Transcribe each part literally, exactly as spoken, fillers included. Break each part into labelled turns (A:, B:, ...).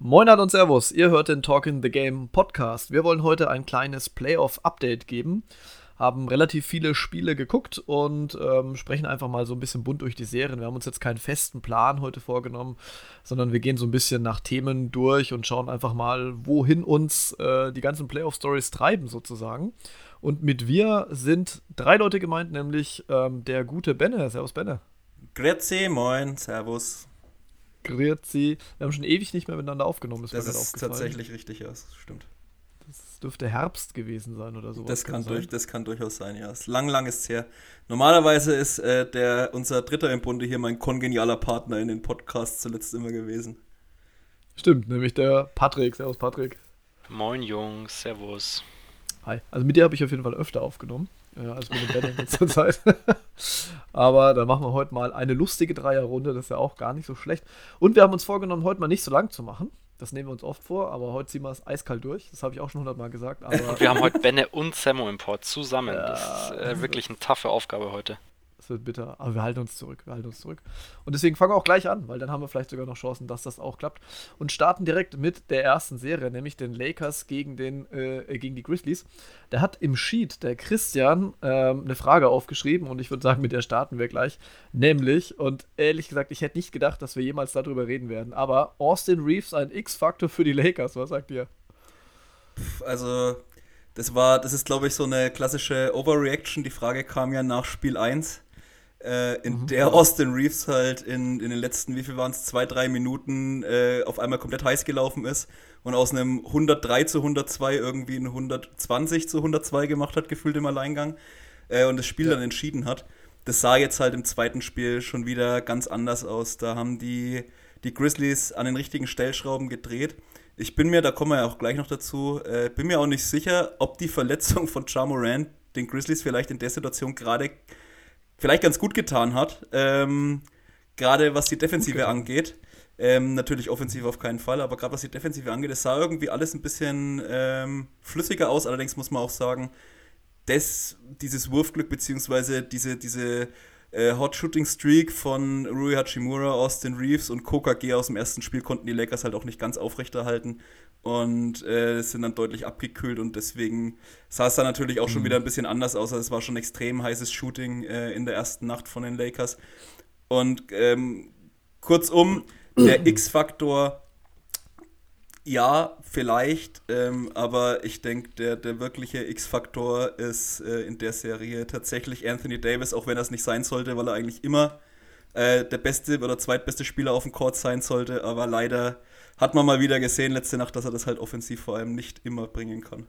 A: Moinat und Servus, ihr hört den Talkin' the Game Podcast. Wir wollen heute ein kleines Playoff-Update geben, haben relativ viele Spiele geguckt und ähm, sprechen einfach mal so ein bisschen bunt durch die Serien. Wir haben uns jetzt keinen festen Plan heute vorgenommen, sondern wir gehen so ein bisschen nach Themen durch und schauen einfach mal, wohin uns äh, die ganzen Playoff-Stories treiben sozusagen. Und mit wir sind drei Leute gemeint, nämlich ähm, der gute Benne. Servus Benne.
B: Grüezi, moin, servus.
A: Grüezi. Wir haben schon ewig nicht mehr miteinander aufgenommen. Ist
B: das
A: mir
B: ist tatsächlich richtig, ja, das stimmt.
A: Das dürfte Herbst gewesen sein oder sowas.
B: Das kann, durch, das kann durchaus sein, ja. Lang, lang ist es her. Normalerweise ist äh, der, unser Dritter im Bunde hier mein kongenialer Partner in den Podcasts zuletzt immer gewesen.
A: Stimmt, nämlich der Patrick. Servus Patrick.
C: Moin Jungs, servus.
A: Hi. Also mit dir habe ich auf jeden Fall öfter aufgenommen, äh, als mit dem Ben in letzter Zeit. Aber da machen wir heute mal eine lustige Dreierrunde, das ist ja auch gar nicht so schlecht. Und wir haben uns vorgenommen, heute mal nicht so lang zu machen. Das nehmen wir uns oft vor, aber heute ziehen wir es eiskalt durch. Das habe ich auch schon hundertmal gesagt. Aber
C: und wir haben heute Benne und Sammo im Pod zusammen.
A: Ja,
C: das ist äh, wirklich eine taffe Aufgabe heute.
A: Das wird bitter, aber wir halten uns zurück, wir halten uns zurück. Und deswegen fangen wir auch gleich an, weil dann haben wir vielleicht sogar noch Chancen, dass das auch klappt. Und starten direkt mit der ersten Serie, nämlich den Lakers gegen, den, äh, gegen die Grizzlies. Da hat im Sheet der Christian ähm, eine Frage aufgeschrieben und ich würde sagen, mit der starten wir gleich. Nämlich, und ehrlich gesagt, ich hätte nicht gedacht, dass wir jemals darüber reden werden, aber Austin Reeves ein X-Faktor für die Lakers, was sagt ihr?
B: Also, das war, das ist glaube ich so eine klassische Overreaction. Die Frage kam ja nach Spiel eins. Äh, in mhm. der Austin Reeves halt in, in den letzten, wie viel waren es, zwei, drei Minuten äh, auf einmal komplett heiß gelaufen ist und aus einem hundertdrei zu hundertzwei irgendwie ein hundertzwanzig zu hundertzwei gemacht hat, gefühlt im Alleingang äh, und das Spiel ja. dann entschieden hat. Das sah jetzt halt im zweiten Spiel schon wieder ganz anders aus. Da haben die, die Grizzlies an den richtigen Stellschrauben gedreht. Ich bin mir, da kommen wir ja auch gleich noch dazu, äh, bin mir auch nicht sicher, ob die Verletzung von Ja Morant den Grizzlies vielleicht in der Situation gerade vielleicht ganz gut getan hat, ähm, gerade was die Defensive okay. angeht. Ähm, natürlich offensiv auf keinen Fall, aber gerade was die Defensive angeht, es sah irgendwie alles ein bisschen ähm, flüssiger aus. Allerdings muss man auch sagen, dass dieses Wurfglück beziehungsweise diese, diese äh, Hot-Shooting-Streak von Rui Hachimura, Austin Reeves und K K G aus dem ersten Spiel konnten die Lakers halt auch nicht ganz aufrechterhalten und äh, sind dann deutlich abgekühlt und deswegen sah es dann natürlich auch schon wieder ein bisschen anders aus. Also es war schon extrem heißes Shooting äh, in der ersten Nacht von den Lakers. Und ähm, kurzum, der X-Faktor, ja, vielleicht, ähm, aber ich denke, der, der wirkliche X-Faktor ist äh, in der Serie tatsächlich Anthony Davis, auch wenn das nicht sein sollte, weil er eigentlich immer äh, der beste oder zweitbeste Spieler auf dem Court sein sollte, aber leider hat man mal wieder gesehen letzte Nacht, dass er das halt offensiv vor allem nicht immer bringen kann.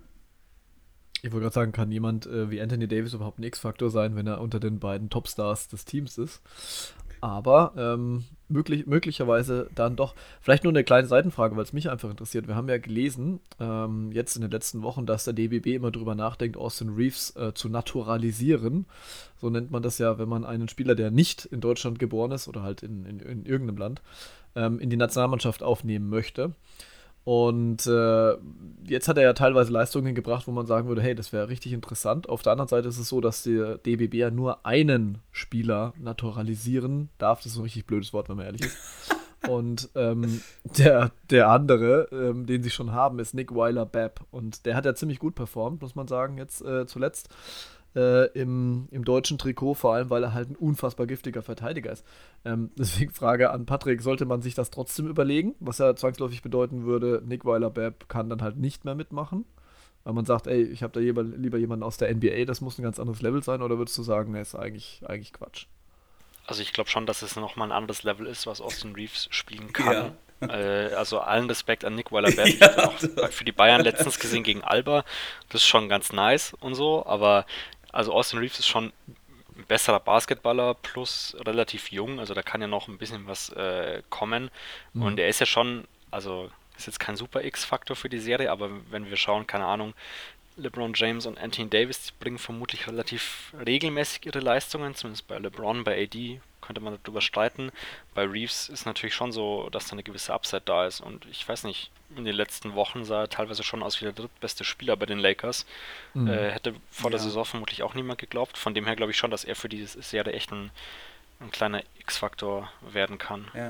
A: Ich wollte gerade sagen, kann jemand äh, wie Anthony Davis überhaupt ein X-Faktor sein, wenn er unter den beiden Topstars des Teams ist? Aber ähm, möglich, möglicherweise dann doch. Vielleicht nur eine kleine Seitenfrage, weil es mich einfach interessiert. Wir haben ja gelesen, ähm, jetzt in den letzten Wochen, dass der D B B immer drüber nachdenkt, Austin Reeves äh, zu naturalisieren. So nennt man das ja, wenn man einen Spieler, der nicht in Deutschland geboren ist oder halt in, in, in irgendeinem Land, ähm, in die Nationalmannschaft aufnehmen möchte. Und äh, jetzt hat er ja teilweise Leistungen gebracht, wo man sagen würde, hey, das wäre richtig interessant. Auf der anderen Seite ist es so, dass der D B B ja nur einen Spieler naturalisieren darf. Das ist ein richtig blödes Wort, wenn man ehrlich ist. Und ähm, der, der andere, ähm, den sie schon haben, ist Nick Weiler-Babb. Und der hat ja ziemlich gut performt, muss man sagen, jetzt äh, zuletzt. Äh, im, im deutschen Trikot, vor allem, weil er halt ein unfassbar giftiger Verteidiger ist. Ähm, deswegen Frage an Patrick, sollte man sich das trotzdem überlegen? Was ja zwangsläufig bedeuten würde, Nick Weiler-Babb kann dann halt nicht mehr mitmachen, weil man sagt, ey, ich habe da lieber, lieber jemanden aus der N B A, das muss ein ganz anderes Level sein, oder würdest du sagen, ne, ist eigentlich, eigentlich Quatsch?
C: Also ich glaube schon, dass es nochmal ein anderes Level ist, was Austin Reeves spielen kann. Ja. Äh, also allen Respekt an Nick Weiler-Babb. Ja. Auch für die Bayern letztens gesehen gegen Alba. Das ist schon ganz nice und so, aber also Austin Reeves ist schon ein besserer Basketballer plus relativ jung, also da kann ja noch ein bisschen was äh, kommen. Mhm. Und er ist ja schon, also ist jetzt kein super X-Faktor für die Serie, aber wenn wir schauen, keine Ahnung, LeBron James und Anthony Davis, die bringen vermutlich relativ regelmäßig ihre Leistungen, zumindest bei LeBron, bei A D könnte man darüber streiten. Bei Reeves ist natürlich schon so, dass da eine gewisse Upside da ist und ich weiß nicht, in den letzten Wochen sah er teilweise schon aus wie der drittbeste Spieler bei den Lakers. Mhm. Äh, hätte vor ja. der Saison vermutlich auch niemand geglaubt. Von dem her glaube ich schon, dass er für diese Serie echt ein, ein kleiner X-Faktor werden kann.
B: Ja.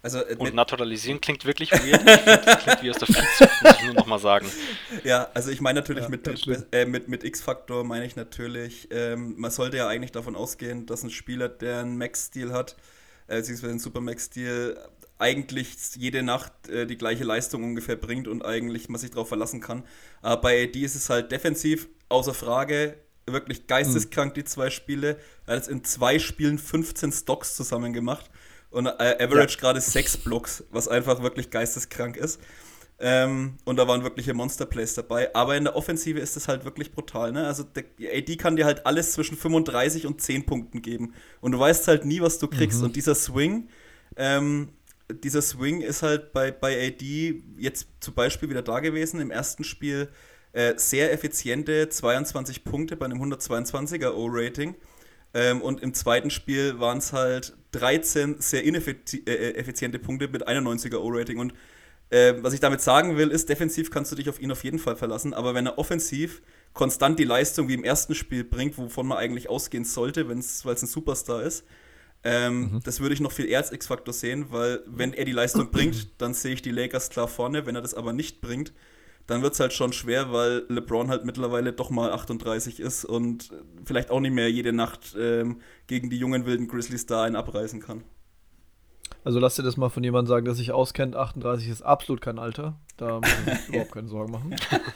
B: Also, äh,
C: Und
B: mit,
C: naturalisieren klingt wirklich weird. Ich find, das klingt wie aus der Viehzucht, muss ich nur nochmal sagen.
B: ja, also ich meine natürlich
A: Ja,
B: mit,
A: ganz schlimm.
B: äh, mit, mit X-Faktor meine ich natürlich, ähm, man sollte ja eigentlich davon ausgehen, dass ein Spieler, der einen Max-Stil hat, äh, beziehungsweise einen Super-Max-Stil, eigentlich jede Nacht äh, die gleiche Leistung ungefähr bringt und eigentlich man sich darauf verlassen kann. Aber bei A D ist es halt defensiv außer Frage, wirklich geisteskrank die zwei Spiele. Er hat jetzt in zwei Spielen fünfzehn Stocks zusammen gemacht und äh, Average
A: Ja.
B: gerade sechs Blocks, was einfach wirklich geisteskrank ist. Ähm, und da waren wirkliche Monster-Plays dabei. Aber in der Offensive ist es halt wirklich brutal. Ne? Also der A D kann dir halt alles zwischen fünfunddreißig und zehn Punkten geben. Und du weißt halt nie, was du kriegst.
A: Mhm.
B: Und dieser Swing, ähm, dieser Swing ist halt bei, bei A D jetzt zum Beispiel wieder da gewesen. Im ersten Spiel äh, sehr effiziente zweiundzwanzig Punkte bei einem hundertzweiundzwanziger O-Rating. Ähm, und im zweiten Spiel waren es halt dreizehn sehr ineffiziente Punkte mit einundneunziger O-Rating. Und äh, was ich damit sagen will, ist, defensiv kannst du dich auf ihn auf jeden Fall verlassen. Aber wenn er offensiv konstant die Leistung wie im ersten Spiel bringt, wovon man eigentlich ausgehen sollte, weil es ein Superstar ist, Ähm,
A: Mhm.
B: das würde ich noch viel eher als X-Faktor sehen, weil wenn er die Leistung bringt, dann sehe ich die Lakers klar vorne. Wenn er das aber nicht bringt, dann wird es halt schon schwer, weil LeBron halt mittlerweile doch mal achtunddreißig ist und vielleicht auch nicht mehr jede Nacht ähm, gegen die jungen wilden Grizzlies da einen abreißen kann.
A: Also lass dir das mal von jemandem sagen, der sich auskennt. achtunddreißig ist absolut kein Alter. Da muss man sich überhaupt keine Sorgen machen.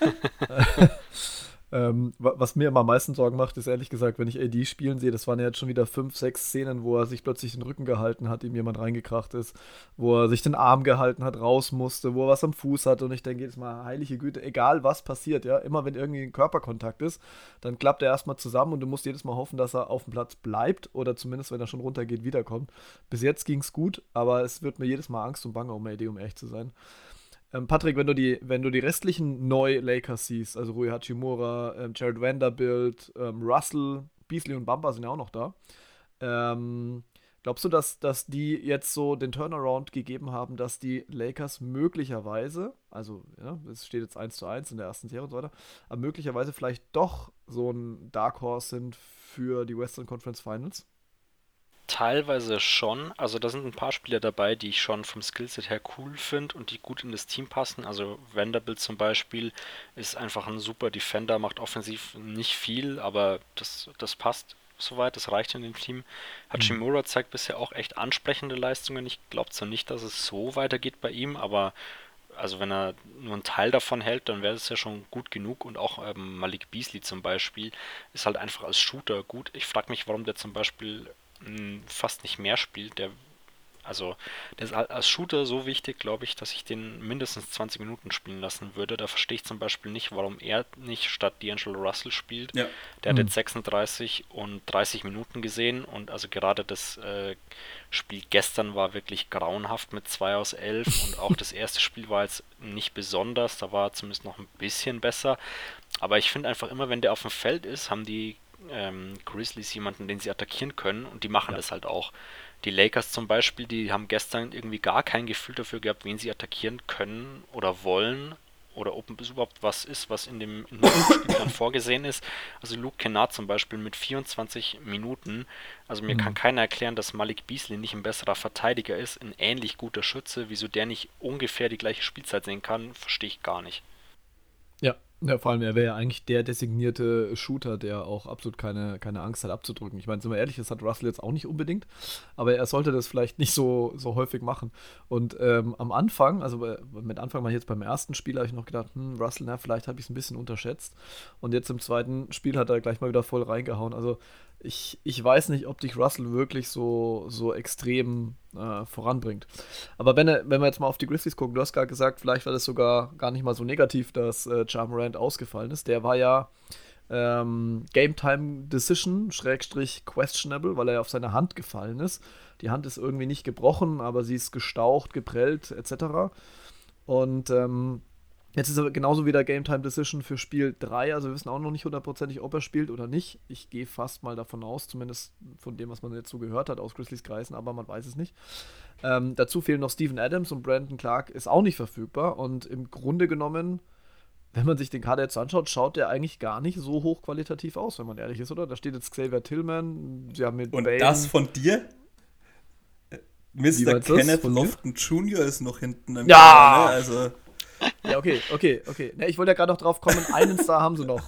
A: Ähm, wa- was mir immer am meisten Sorgen macht, ist ehrlich gesagt, wenn ich A D spielen sehe, das waren ja jetzt schon wieder fünf, sechs Szenen, wo er sich plötzlich den Rücken gehalten hat, ihm jemand reingekracht ist, wo er sich den Arm gehalten hat, raus musste, wo er was am Fuß hatte und ich denke jedes Mal, heilige Güte, egal was passiert, ja, immer wenn irgendwie ein Körperkontakt ist, dann klappt er erstmal zusammen und du musst jedes Mal hoffen, dass er auf dem Platz bleibt oder zumindest, wenn er schon runtergeht, wiederkommt. Bis jetzt ging es gut, aber es wird mir jedes Mal Angst und Bange um A D, um ehrlich zu sein. Ähm, Patrick, wenn du die, wenn du die restlichen Neu-Lakers siehst, also Rui Hachimura, ähm, Jared Vanderbilt, ähm, Russell, Beasley und Bamba sind ja auch noch da. Ähm, glaubst du, dass, dass die jetzt so den Turnaround gegeben haben, dass die Lakers möglicherweise, also ja, es steht jetzt eins zu eins in der ersten Serie und so weiter, aber möglicherweise vielleicht doch so ein Dark Horse sind für die Western Conference Finals?
C: Teilweise schon. Also da sind ein paar Spieler dabei, die ich schon vom Skillset her cool finde und die gut in das Team passen. Also Vanderbilt zum Beispiel ist einfach ein super Defender, macht offensiv nicht viel, aber das, das passt soweit, das reicht in dem Team.
A: Mhm.
C: Hachimura zeigt bisher auch echt ansprechende Leistungen. Ich glaube zwar nicht, dass es so weitergeht bei ihm, aber also wenn er nur einen Teil davon hält, dann wäre es ja schon gut genug. Und auch ähm, Malik Beasley zum Beispiel ist halt einfach als Shooter gut. Ich frage mich, warum der zum Beispiel mh, fast nicht mehr spielt. Der, also der ist halt als Shooter so wichtig, glaube ich, dass ich den mindestens zwanzig Minuten spielen lassen würde. Da verstehe ich zum Beispiel nicht, warum er nicht statt D'Angelo Russell spielt.
B: Ja.
C: Der hat
A: Mhm.
C: jetzt sechsunddreißig und dreißig Minuten gesehen und also gerade das äh, Spiel gestern war wirklich grauenhaft mit zwei aus elf und auch das erste Spiel war jetzt nicht besonders, da war er zumindest noch ein bisschen besser. Aber ich finde einfach immer, wenn der auf dem Feld ist, haben die ähm, Grizzlies jemanden, den sie attackieren können und die machen
A: Ja.
C: das halt auch. Die Lakers zum Beispiel, die haben gestern irgendwie gar kein Gefühl dafür gehabt, wen sie attackieren können oder wollen oder ob es überhaupt was ist, was in dem, in dem Spiel dann vorgesehen ist. Also Luke Kennard zum Beispiel mit vierundzwanzig Minuten. Also mir kann
A: Mhm.
C: keiner erklären, dass Malik Beasley nicht ein besserer Verteidiger ist, ein ähnlich guter Schütze. Wieso der nicht ungefähr die gleiche Spielzeit sehen kann, verstehe ich gar nicht.
A: Ja, ja, vor allem, er wäre ja eigentlich der designierte Shooter, der auch absolut keine, keine Angst hat abzudrücken. Ich meine, sind wir ehrlich, das hat Russell jetzt auch nicht unbedingt, aber er sollte das vielleicht nicht so, so häufig machen. Und ähm, am Anfang, also bei, mit Anfang mal jetzt beim ersten Spiel, habe ich noch gedacht, hm, Russell, na, vielleicht habe ich es ein bisschen unterschätzt. Und jetzt im zweiten Spiel hat er gleich mal wieder voll reingehauen. Also ich, ich weiß nicht, ob dich Russell wirklich so, so extrem äh, voranbringt. Aber wenn, er, wenn wir jetzt mal auf die Grizzlies gucken, du hast gerade gesagt, vielleicht war das sogar gar nicht mal so negativ, dass äh, Ja Morant ausgefallen ist. Der war ja ähm, Game Time Decision, Schrägstrich questionable, weil er ja auf seine Hand gefallen ist. Die Hand ist irgendwie nicht gebrochen, aber sie ist gestaucht, geprellt, et cetera. Und ähm, jetzt ist er genauso wieder Game Time Decision für Spiel drei, also wir wissen auch noch nicht hundertprozentig, ob er spielt oder nicht. Ich gehe fast mal davon aus, zumindest von dem, was man jetzt so gehört hat aus Grizzlies Kreisen, aber man weiß es nicht. Ähm, dazu fehlen noch Steven Adams und Brandon Clark ist auch nicht verfügbar und im Grunde genommen, wenn man sich den Kader jetzt anschaut, schaut der eigentlich gar nicht so hochqualitativ aus, wenn man ehrlich ist, oder? Da steht jetzt Xavier Tillman, sie haben mit
B: Und
A: Bane.
B: das von dir? Mister Kenneth Lofton Junior ist noch hinten im
A: Ja!
B: Keller, ne? Also
A: Ja, okay, okay, okay. Ne, ich wollte ja gerade noch drauf kommen, einen Star haben sie noch.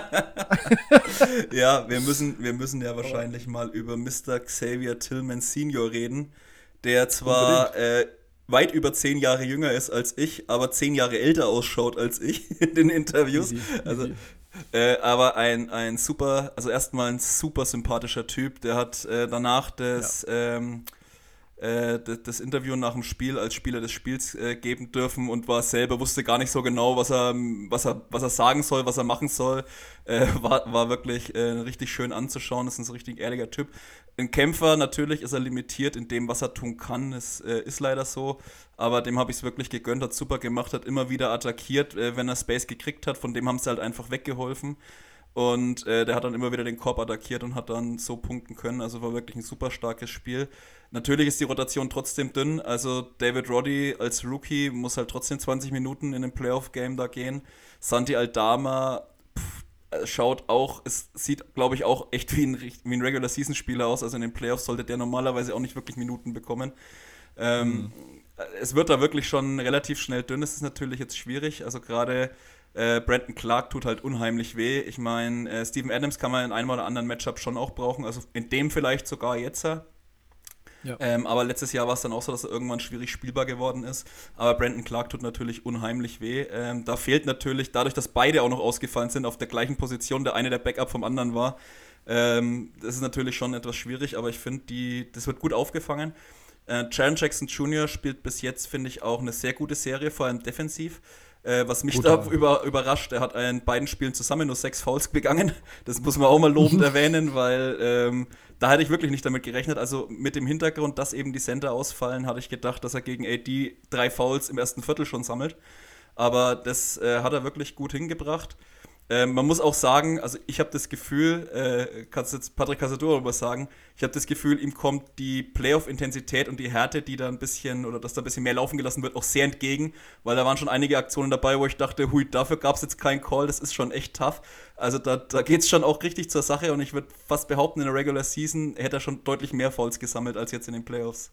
B: Ja, wir müssen, wir müssen ja wahrscheinlich mal über Mister Xavier Tillman Senior reden, der zwar äh, weit über zehn Jahre jünger ist als ich, aber zehn Jahre älter ausschaut als ich in den Interviews.
A: Easy,
B: Also,
A: easy.
B: äh, aber ein, ein super, also erstmal ein super sympathischer Typ, der hat äh, danach das, ähm, äh, das, das Interview nach dem Spiel als Spieler des Spiels äh, geben dürfen und war selber, wusste gar nicht so genau, was er, was er, was er sagen soll, was er machen soll. Äh, war, war wirklich äh, richtig schön anzuschauen, ist ein so richtig ehrlicher Typ. Ein Kämpfer, natürlich ist er limitiert in dem, was er tun kann, das äh, ist leider so, aber dem habe ich es wirklich gegönnt, hat super gemacht, hat immer wieder attackiert, äh, wenn er Space gekriegt hat, von dem haben sie halt einfach weggeholfen. Und äh, der hat dann immer wieder den Korb attackiert und hat dann so punkten können. Also war wirklich ein super starkes Spiel. Natürlich ist die Rotation trotzdem dünn. Also David Roddy als Rookie muss halt trotzdem zwanzig Minuten in einem Playoff-Game da gehen. Santi Aldama pff, schaut auch, es sieht, glaube ich, auch echt wie ein, wie ein Regular-Season-Spieler aus. Also in den Playoffs sollte der normalerweise auch nicht wirklich Minuten bekommen. Ähm, mhm. Es wird da wirklich schon relativ schnell dünn. Es ist natürlich jetzt schwierig. Also gerade Äh, Brandon Clark tut halt unheimlich weh. Ich meine, äh, Steven Adams kann man in einem oder anderen Matchup schon auch brauchen, also in dem vielleicht sogar jetzt. Ja. Ähm, aber letztes Jahr war es dann auch so, dass er irgendwann schwierig spielbar geworden ist. Aber Brandon Clark tut natürlich unheimlich weh. Ähm, da fehlt natürlich, dadurch, dass beide auch noch ausgefallen sind, auf der gleichen Position, der eine der Backup vom anderen war, ähm, das ist natürlich schon etwas schwierig, aber ich finde, das wird gut aufgefangen. Äh, Jaren Jackson Junior spielt bis jetzt, finde ich, auch eine sehr gute Serie, vor allem defensiv. Äh, was mich Gut, da über, überrascht, er hat in beiden Spielen zusammen nur sechs Fouls begangen. Das muss man auch mal lobend erwähnen, weil ähm, da hätte ich wirklich nicht damit gerechnet. Also mit dem Hintergrund, dass eben die Center ausfallen, hatte ich gedacht, dass er gegen A D drei Fouls im ersten Viertel schon sammelt. Aber das äh, hat er wirklich gut hingebracht. Ähm, man muss auch sagen, also ich habe das Gefühl, äh, kannst jetzt Patrick Casador was sagen, ich habe das Gefühl, ihm kommt die Playoff-Intensität und die Härte, die da ein bisschen, oder dass da ein bisschen mehr laufen gelassen wird, auch sehr entgegen, weil da waren schon einige Aktionen dabei, wo ich dachte, hui, dafür gab es jetzt keinen Call, das ist schon echt tough. Also da, da geht es schon auch richtig zur Sache und ich würde fast behaupten, in der Regular Season hätte er schon deutlich mehr Fouls gesammelt als jetzt in den Playoffs.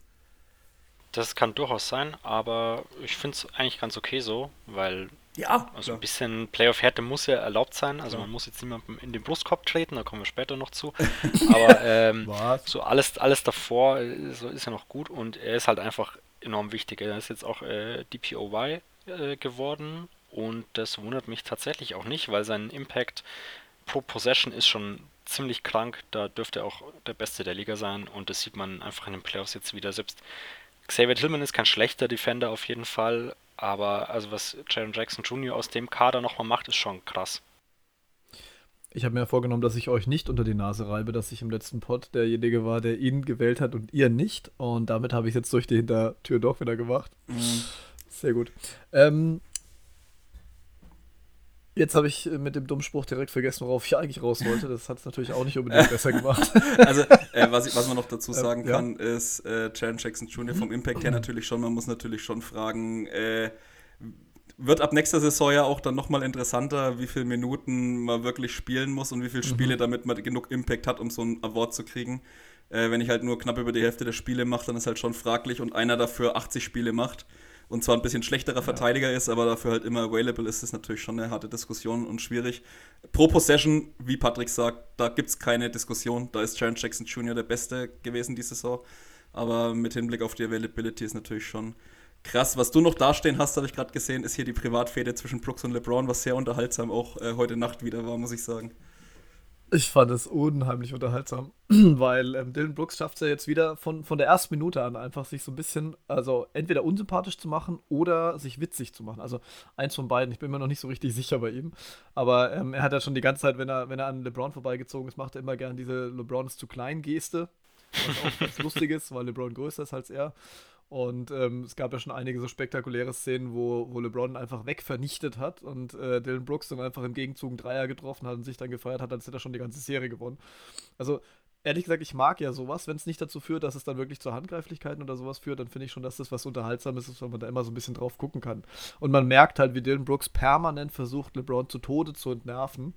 C: Das kann durchaus sein, aber ich finde es eigentlich ganz okay so, weil
B: ja,
C: also
B: klar.
C: ein bisschen Playoff-Härte muss ja erlaubt sein. Also ja. Man muss jetzt niemandem in den Brustkorb treten, da kommen wir später noch zu. Aber ähm, so alles, alles davor so ist ja noch gut und er ist halt einfach enorm wichtig. Er ist jetzt auch äh, D P O Y äh, geworden und das wundert mich tatsächlich auch nicht, weil sein Impact pro Possession ist schon ziemlich krank. Da dürfte er auch der Beste der Liga sein und das sieht man einfach in den Playoffs jetzt wieder. Selbst Xavier Tillman ist kein schlechter Defender auf jeden Fall, aber also was Jaren Jackson Junior aus dem Kader nochmal macht, ist schon krass.
A: Ich habe mir vorgenommen, dass ich euch nicht unter die Nase reibe, dass ich im letzten Pod derjenige war, der ihn gewählt hat und ihr nicht. Und damit habe ich jetzt durch die Hintertür doch wieder gemacht. Mhm. Sehr gut. Ähm, Jetzt habe ich mit dem Dummspruch direkt vergessen, worauf ich eigentlich raus wollte. Das hat es natürlich auch nicht unbedingt besser gemacht.
B: Also, äh, was, ich, was man noch dazu sagen
A: ja.
B: kann, ist, äh, Jaren Jackson Junior vom Impact her natürlich schon, man muss natürlich schon fragen, äh, wird ab nächster Saison ja auch dann nochmal interessanter, wie viele Minuten man wirklich spielen muss und wie viele Spiele, mhm. damit man genug Impact hat, um so einen Award zu kriegen. Äh, wenn ich halt nur knapp über die Hälfte der Spiele mache, dann ist halt schon fraglich und einer dafür achtzig Spiele macht. Und zwar ein bisschen schlechterer Verteidiger ja. ist, aber dafür halt immer available ist, ist natürlich schon eine harte Diskussion und schwierig. Pro Possession, wie Patrick sagt, da gibt es keine Diskussion. Da ist Jaren Jackson Junior der Beste gewesen diese Saison. Aber mit Hinblick auf die Availability ist natürlich schon krass. Was du noch dastehen hast, habe ich gerade gesehen, ist hier die Privatfehde zwischen Brooks und LeBron, was sehr unterhaltsam auch äh, heute Nacht wieder war, muss ich sagen.
A: Ich fand es unheimlich unterhaltsam, weil ähm, Dylan Brooks schafft es ja jetzt wieder von, von der ersten Minute an einfach sich so ein bisschen, also entweder unsympathisch zu machen oder sich witzig zu machen. Also eins von beiden, ich bin mir noch nicht so richtig sicher bei ihm. Aber ähm, er hat ja schon die ganze Zeit, wenn er, wenn er an LeBron vorbeigezogen ist, macht er immer gern diese LeBron ist zu klein Geste. Was auch ganz lustig ist, weil LeBron größer ist als er. Und ähm, es gab ja schon einige so spektakuläre Szenen, wo, wo LeBron einfach wegvernichtet hat und äh, Dylan Brooks dann einfach im Gegenzug einen Dreier getroffen hat und sich dann gefeiert hat, als hätte er schon die ganze Serie gewonnen. Also, ehrlich gesagt, ich mag ja sowas, wenn es nicht dazu führt, dass es dann wirklich zu Handgreiflichkeiten oder sowas führt, dann finde ich schon, dass das was Unterhaltsames ist, weil man da immer so ein bisschen drauf gucken kann. Und man merkt halt, wie Dylan Brooks permanent versucht, LeBron zu Tode zu entnerven.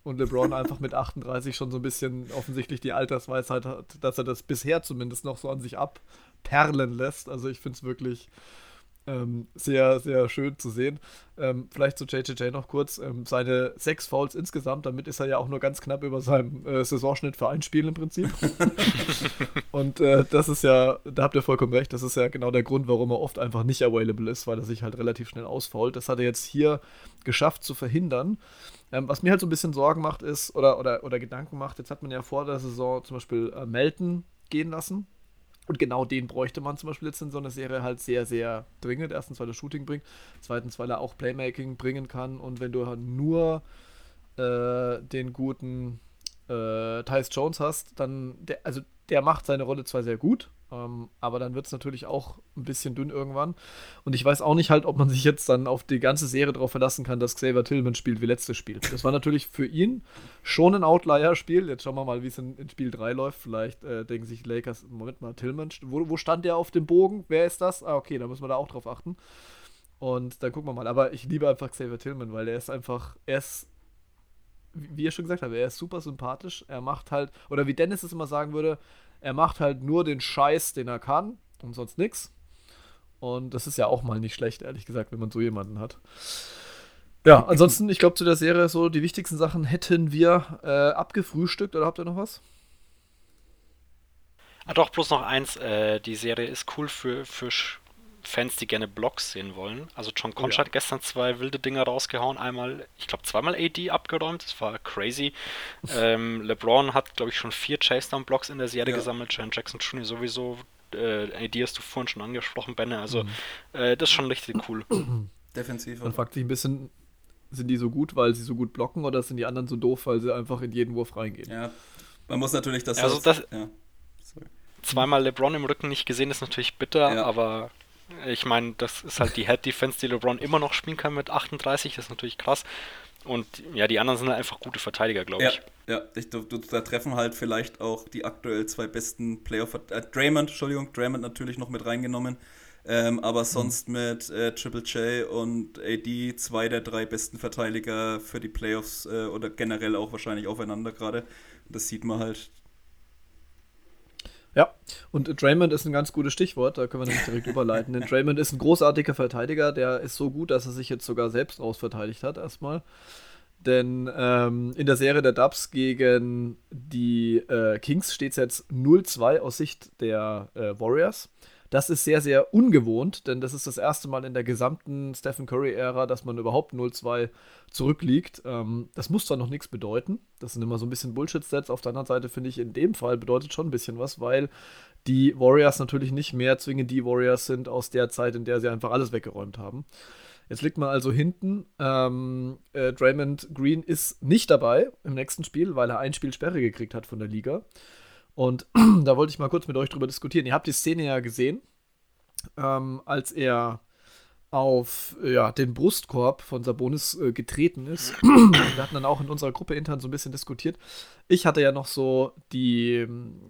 A: und LeBron einfach mit achtunddreißig schon so ein bisschen offensichtlich die Altersweisheit hat, dass er das bisher zumindest noch so an sich abperlen lässt. Also ich finde es wirklich ähm, sehr, sehr schön zu sehen. Ähm, vielleicht zu J J J noch kurz. Ähm, seine sechs Fouls insgesamt, damit ist er ja auch nur ganz knapp über seinem äh, Saisonschnitt für ein Spiel im Prinzip. Und äh, das ist ja, da habt ihr vollkommen recht, das ist ja genau der Grund, warum er oft einfach nicht available ist, weil er sich halt relativ schnell ausfault. Das hat er jetzt hier geschafft zu verhindern. Ähm, was mir halt so ein bisschen Sorgen macht ist, oder, oder, oder Gedanken macht, jetzt hat man ja vor der Saison zum Beispiel äh, Melton gehen lassen. Und genau den bräuchte man zum Beispiel jetzt in so einer Serie halt sehr, sehr dringend. Erstens, weil er Shooting bringt. Zweitens, weil er auch Playmaking bringen kann. Und wenn du halt nur äh, den guten äh, Tyus Jones hast, dann, der, also der macht seine Rolle zwar sehr gut, ähm, aber dann wird es natürlich auch ein bisschen dünn irgendwann. Und ich weiß auch nicht halt, ob man sich jetzt dann auf die ganze Serie darauf verlassen kann, dass Xavier Tillman spielt wie letztes Spiel. Das war natürlich für ihn schon ein Outlier-Spiel. Jetzt schauen wir mal, wie es in, in Spiel drei läuft. Vielleicht äh, denken sich die Lakers, Moment mal, Tillman, wo, wo stand der auf dem Bogen? Wer ist das? Ah, okay, da müssen wir da auch drauf achten. Und dann gucken wir mal. Aber ich liebe einfach Xavier Tillman, weil er ist einfach, er ist, wie ihr schon gesagt habt, er ist super sympathisch. Er macht halt, oder wie Dennis es immer sagen würde, er macht halt nur den Scheiß, den er kann und sonst nix. Und das ist ja auch mal nicht schlecht, ehrlich gesagt, wenn man so jemanden hat. Ja, ansonsten, ich glaube, zu der Serie so die wichtigsten Sachen hätten wir äh, abgefrühstückt. Oder habt ihr noch was?
C: Ah, doch, bloß noch eins. Äh, die Serie ist cool für, für Fans, die gerne Blocks sehen wollen. Also John Conch
A: Oh ja.
C: hat gestern zwei wilde Dinger rausgehauen. Einmal, ich glaube, zweimal A D abgeräumt. Das war crazy. ähm, LeBron hat, glaube ich, schon vier Chase-Down-Blocks in der Serie
B: Ja.
C: gesammelt. Jaren Jackson Junior sowieso. Äh, A D hast du vorhin schon angesprochen, Benne. Also,
A: Mhm.
C: äh, das ist schon richtig cool.
B: Defensiv.
A: Man fragt sich ein bisschen, sind die so gut, weil sie so gut blocken, oder sind die anderen so doof, weil sie einfach in jeden Wurf reingehen?
B: Ja. Man muss natürlich das.
C: Also das-
B: ja. Sorry.
C: Zweimal LeBron im Rücken nicht gesehen, ist natürlich bitter,
B: Ja.
C: aber ich meine, das ist halt die Head-Defense, die LeBron immer noch spielen kann mit achtunddreißig, das ist natürlich krass. Und ja, die anderen sind halt einfach gute Verteidiger, glaube
B: Ja,
C: ich.
B: ja. Ich, du, du, da treffen halt vielleicht auch die aktuell zwei besten Playoff. Äh, Draymond, Entschuldigung, Draymond natürlich noch mit reingenommen. Ähm, aber sonst mit äh, Triple J und A D zwei der drei besten Verteidiger für die Playoffs äh, oder generell auch wahrscheinlich aufeinander gerade. Das sieht man halt.
A: Ja, und äh, Draymond ist ein ganz gutes Stichwort, da können wir nämlich direkt überleiten. Denn Draymond ist ein großartiger Verteidiger, der ist so gut, dass er sich jetzt sogar selbst rausverteidigt hat erstmal. Denn ähm, in der Serie der Dubs gegen die äh, Kings steht es jetzt null zwei aus Sicht der äh, Warriors. Das ist sehr, sehr ungewohnt, denn das ist das erste Mal in der gesamten Stephen Curry-Ära, dass man überhaupt null zwei zurückliegt. Ähm, das muss zwar noch nichts bedeuten, das sind immer so ein bisschen Bullshit-Stats. Auf der anderen Seite finde ich, in dem Fall bedeutet schon ein bisschen was, weil die Warriors natürlich nicht mehr zwingend die Warriors sind aus der Zeit, in der sie einfach alles weggeräumt haben. Jetzt liegt man also hinten. Ähm, äh, Draymond Green ist nicht dabei im nächsten Spiel, weil er ein Spiel Sperre gekriegt hat von der Liga. Und da wollte ich mal kurz mit euch drüber diskutieren. Ihr habt die Szene ja gesehen, ähm, als er auf ja, den Brustkorb von Sabonis äh, getreten ist. Wir hatten dann auch in unserer Gruppe intern so ein bisschen diskutiert. Ich hatte ja noch so die,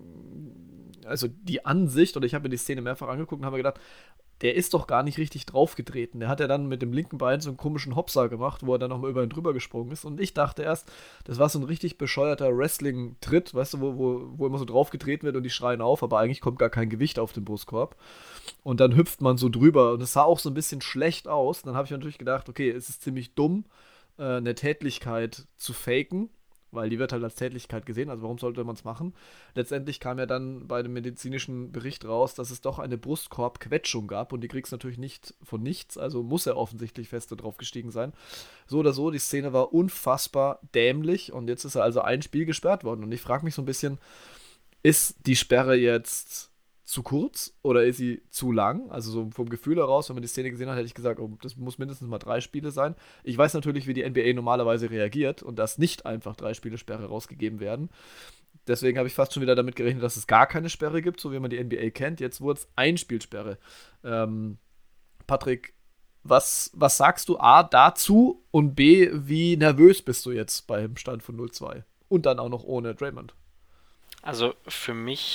A: also die Ansicht, oder ich habe mir die Szene mehrfach angeguckt und habe mir gedacht, der ist doch gar nicht richtig draufgetreten. Der hat ja dann mit dem linken Bein so einen komischen Hopser gemacht, wo er dann nochmal über ihn drüber gesprungen ist. Und ich dachte erst, das war so ein richtig bescheuerter Wrestling-Tritt, weißt du, wo, wo, wo immer so draufgetreten wird und die schreien auf, aber eigentlich kommt gar kein Gewicht auf den Brustkorb. Und dann hüpft man so drüber und es sah auch so ein bisschen schlecht aus. Und dann habe ich natürlich gedacht, okay, es ist ziemlich dumm, äh, eine Tätlichkeit zu faken, weil die wird halt als Tätlichkeit gesehen, also warum sollte man es machen? Letztendlich kam ja dann bei dem medizinischen Bericht raus, dass es doch eine Brustkorbquetschung gab und die kriegst du natürlich nicht von nichts, also muss er offensichtlich feste drauf gestiegen sein. So oder so, die Szene war unfassbar dämlich und jetzt ist er also ein Spiel gesperrt worden und ich frage mich so ein bisschen, ist die Sperre jetzt zu kurz oder ist sie zu lang? Also so vom Gefühl heraus, wenn man die Szene gesehen hat, hätte ich gesagt, oh, das muss mindestens mal drei Spiele sein. Ich weiß natürlich, wie die N B A normalerweise reagiert und dass nicht einfach drei Spiele Sperre rausgegeben werden. Deswegen habe ich fast schon wieder damit gerechnet, dass es gar keine Sperre gibt, so wie man die N B A kennt. Jetzt wurde es ein Spielsperre. Ähm, Patrick, was, was sagst du A dazu und B, wie nervös bist du jetzt beim Stand von null zwei? Und dann auch noch ohne Draymond.
C: Also für mich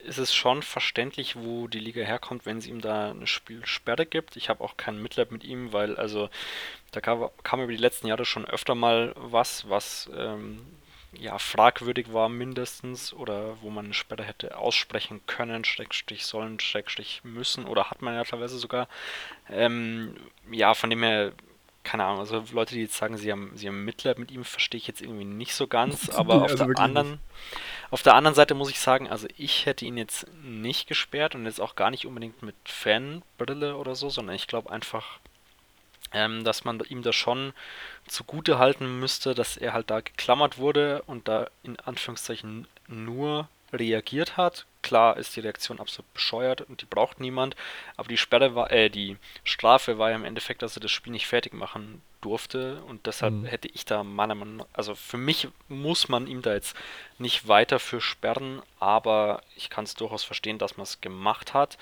C: ist es schon verständlich, wo die Liga herkommt, wenn sie ihm da eine Spielsperre gibt. Ich habe auch kein Mitleid mit ihm, weil also da kam, kam über die letzten Jahre schon öfter mal was, was ähm, ja fragwürdig war mindestens oder wo man eine Sperre hätte aussprechen können, Schrägstrich sollen, Schrägstrich müssen oder hat man ja teilweise sogar. Ähm, ja, von dem her, keine Ahnung, also Leute, die jetzt sagen, sie haben, sie haben Mitleid mit ihm, verstehe ich jetzt irgendwie nicht so ganz, aber
A: Nee,
C: auf
A: also
C: der
A: wirklich nicht.
C: anderen, auf der anderen Seite muss ich sagen, also ich hätte ihn jetzt nicht gesperrt und jetzt auch gar nicht unbedingt mit Fanbrille oder so, sondern ich glaube einfach, ähm, dass man ihm das schon zugute halten müsste, dass er halt da geklammert wurde und da in Anführungszeichen nur reagiert hat. Klar ist die Reaktion absolut bescheuert und die braucht niemand, aber die Sperre war, äh, die Strafe war ja im Endeffekt, dass er das Spiel nicht fertig machen durfte und deshalb
A: Mhm.
C: hätte ich da meiner Meinung nach, also für mich muss man ihm da jetzt nicht weiter für sperren, aber ich kann es durchaus verstehen, dass man es gemacht hat.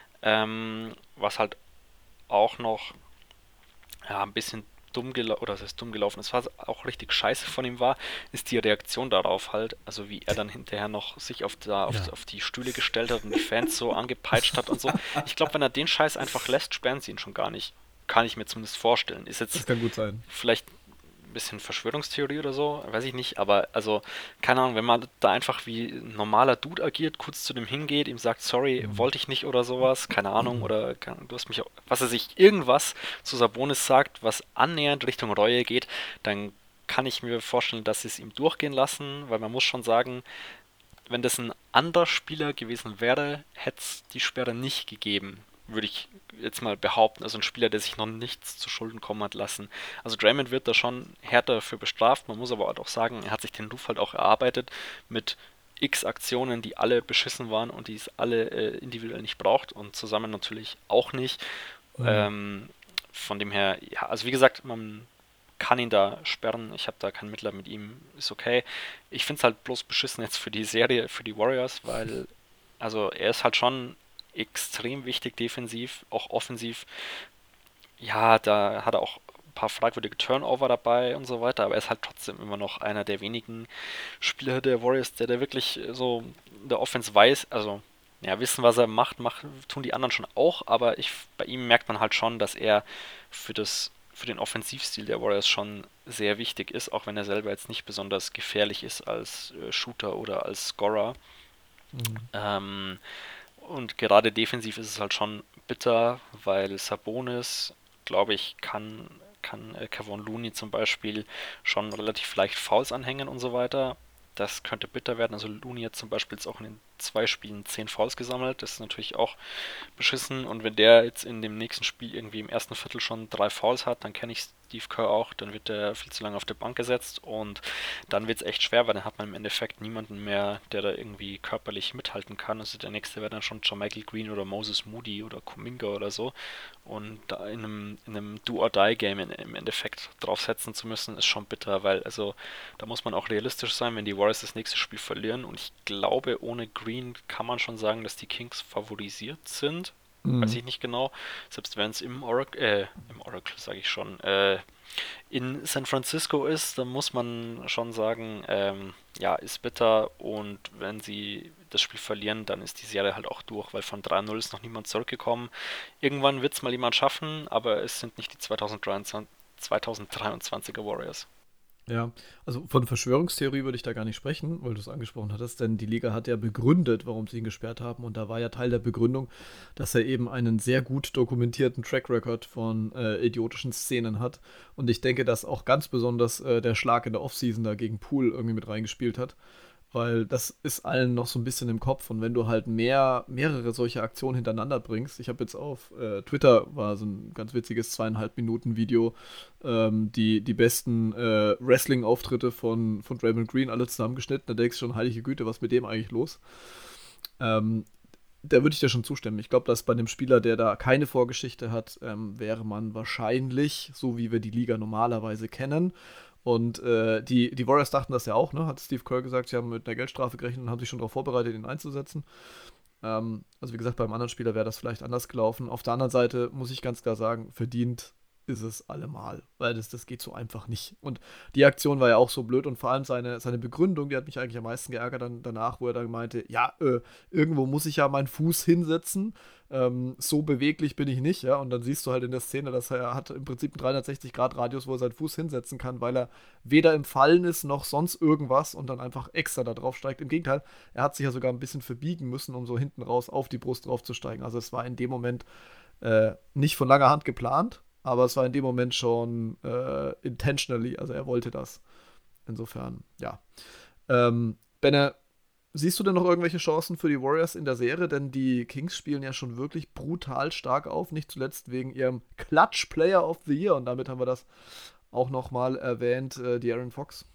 C: Ähm, was halt auch noch ja, ein bisschen dumm gelaufen, oder das heißt dumm gelaufen, es war auch richtig scheiße von ihm war, ist die Reaktion darauf halt, also wie er dann hinterher noch sich auf, da, auf,
A: Ja,
C: auf die Stühle gestellt hat und die Fans so angepeitscht hat und so. Ich glaube, wenn er den Scheiß einfach lässt, sperren sie ihn schon gar nicht. Kann ich mir zumindest vorstellen. Ist
A: das
C: jetzt
A: kann gut sein.
C: vielleicht ein bisschen Verschwörungstheorie oder so, weiß ich nicht, aber also, keine Ahnung, wenn man da einfach wie ein normaler Dude agiert, kurz zu dem hingeht, ihm sagt, sorry,
A: Mhm.
C: wollte ich nicht oder sowas, keine Ahnung, oder kann, du hast mich, auch- was er sich irgendwas zu Sabonis sagt, was annähernd Richtung Reue geht, dann kann ich mir vorstellen, dass sie es ihm durchgehen lassen, weil man muss schon sagen, wenn das ein anderer Spieler gewesen wäre, hätte es die Sperre nicht gegeben, würde ich jetzt mal behaupten. Also ein Spieler, der sich noch nichts zu Schulden kommen hat lassen. Also Draymond wird da schon härter für bestraft. Man muss aber halt auch sagen, er hat sich den Ruf halt auch erarbeitet mit X Aktionen, die alle beschissen waren und die es alle äh, individuell nicht braucht und zusammen natürlich auch nicht.
A: Mhm.
C: Ähm, von dem her, ja, also wie gesagt, man kann ihn da sperren. Ich habe da kein Mitleid mit ihm. Ist okay. Ich finde es halt bloß beschissen jetzt für die Serie, für die Warriors, weil, also er ist halt schon extrem wichtig defensiv, auch offensiv. Ja, da hat er auch ein paar fragwürdige Turnover dabei und so weiter, aber er ist halt trotzdem immer noch einer der wenigen Spieler der Warriors, der da wirklich so in der Offense weiß, also ja, wissen, was er macht, macht, tun die anderen schon auch, aber ich, bei ihm merkt man halt schon, dass er für das, für den Offensivstil der Warriors schon sehr wichtig ist, auch wenn er selber jetzt nicht besonders gefährlich ist als äh, Shooter oder als Scorer.
A: Mhm.
C: Ähm, und gerade defensiv ist es halt schon bitter, weil Sabonis, glaube ich, kann, kann äh, Kevon Looney zum Beispiel schon relativ leicht Fouls anhängen und so weiter. Das könnte bitter werden. Also Looney hat zum Beispiel jetzt auch in den zwei Spielen zehn Fouls gesammelt. Das ist natürlich auch beschissen. Und wenn der jetzt in dem nächsten Spiel irgendwie im ersten Viertel schon drei Fouls hat, dann kenne ich Steve Kerr auch, dann wird der viel zu lange auf der Bank gesetzt und dann wird es echt schwer, weil dann hat man im Endeffekt niemanden mehr, der da irgendwie körperlich mithalten kann. Also der nächste wäre dann schon Jermichael Green oder Moses Moody oder Kuminga oder so. Und da in einem, in einem Do-or-Die-Game im Endeffekt draufsetzen zu müssen, ist schon bitter, weil also da muss man auch realistisch sein, wenn die Warriors das nächste Spiel verlieren. Und ich glaube, ohne Green kann man schon sagen, dass die Kings favorisiert sind. Weiß
A: Mhm.
C: ich nicht genau. Selbst wenn es im Oracle, äh, im Oracle sage ich schon, äh, in San Francisco ist, dann muss man schon sagen, ähm, ja, ist bitter und wenn sie das Spiel verlieren, dann ist die Serie halt auch durch, weil von drei null ist noch niemand zurückgekommen. Irgendwann wird es mal jemand schaffen, aber es sind nicht die zweitausenddreiundzwanzig, zweitausenddreiundzwanziger Warriors.
A: Ja, also von Verschwörungstheorie würde ich da gar nicht sprechen, weil du es angesprochen hattest, denn die Liga hat ja begründet, warum sie ihn gesperrt haben. Und da war ja Teil der Begründung, dass er eben einen sehr gut dokumentierten Track Record von äh, idiotischen Szenen hat. Und ich denke, dass auch ganz besonders äh, der Schlag in der Offseason da gegen Poole irgendwie mit reingespielt hat. Weil das ist allen noch so ein bisschen im Kopf. Und wenn du halt mehr, mehrere solche Aktionen hintereinander bringst, ich habe jetzt auf äh, Twitter war so ein ganz witziges zweieinhalb Minuten Video, ähm, die, die besten äh, Wrestling-Auftritte von, von Draymond Green alle zusammengeschnitten. Da denkst du schon, heilige Güte, was ist mit dem eigentlich los? Ähm, Da würde ich dir schon zustimmen. Ich glaube, dass bei einem Spieler, der da keine Vorgeschichte hat, ähm, wäre man wahrscheinlich, so wie wir die Liga normalerweise kennen. Und äh, die, die Warriors dachten das ja auch, ne? Hat Steve Kerr gesagt, sie haben mit einer Geldstrafe gerechnet und haben sich schon darauf vorbereitet, ihn einzusetzen. Ähm, also wie gesagt, beim anderen Spieler wäre das vielleicht anders gelaufen. Auf der anderen Seite muss ich ganz klar sagen, verdient ist es allemal, weil das, das geht so einfach nicht. Und die Aktion war ja auch so blöd und vor allem seine, seine Begründung, die hat mich eigentlich am meisten geärgert dann, danach, wo er dann meinte, ja, äh, irgendwo muss ich ja meinen Fuß hinsetzen, ähm, so beweglich bin ich nicht, ja, und dann siehst du halt in der Szene, dass er hat im Prinzip einen dreihundertsechzig Grad Radius, wo er seinen Fuß hinsetzen kann, weil er weder im Fallen ist, noch sonst irgendwas und dann einfach extra da drauf steigt. Im Gegenteil, er hat sich ja sogar ein bisschen verbiegen müssen, um so hinten raus auf die Brust drauf zu steigen. Also es war in dem Moment äh, nicht von langer Hand geplant, aber es war in dem Moment schon äh, intentionally, also er wollte das. Insofern, ja. Ähm, Benne, siehst du denn noch irgendwelche Chancen für die Warriors in der Serie? Denn die Kings spielen ja schon wirklich brutal stark auf, nicht zuletzt wegen ihrem Clutch Player of the Year und damit haben wir das auch nochmal erwähnt, äh, die Aaron Fox.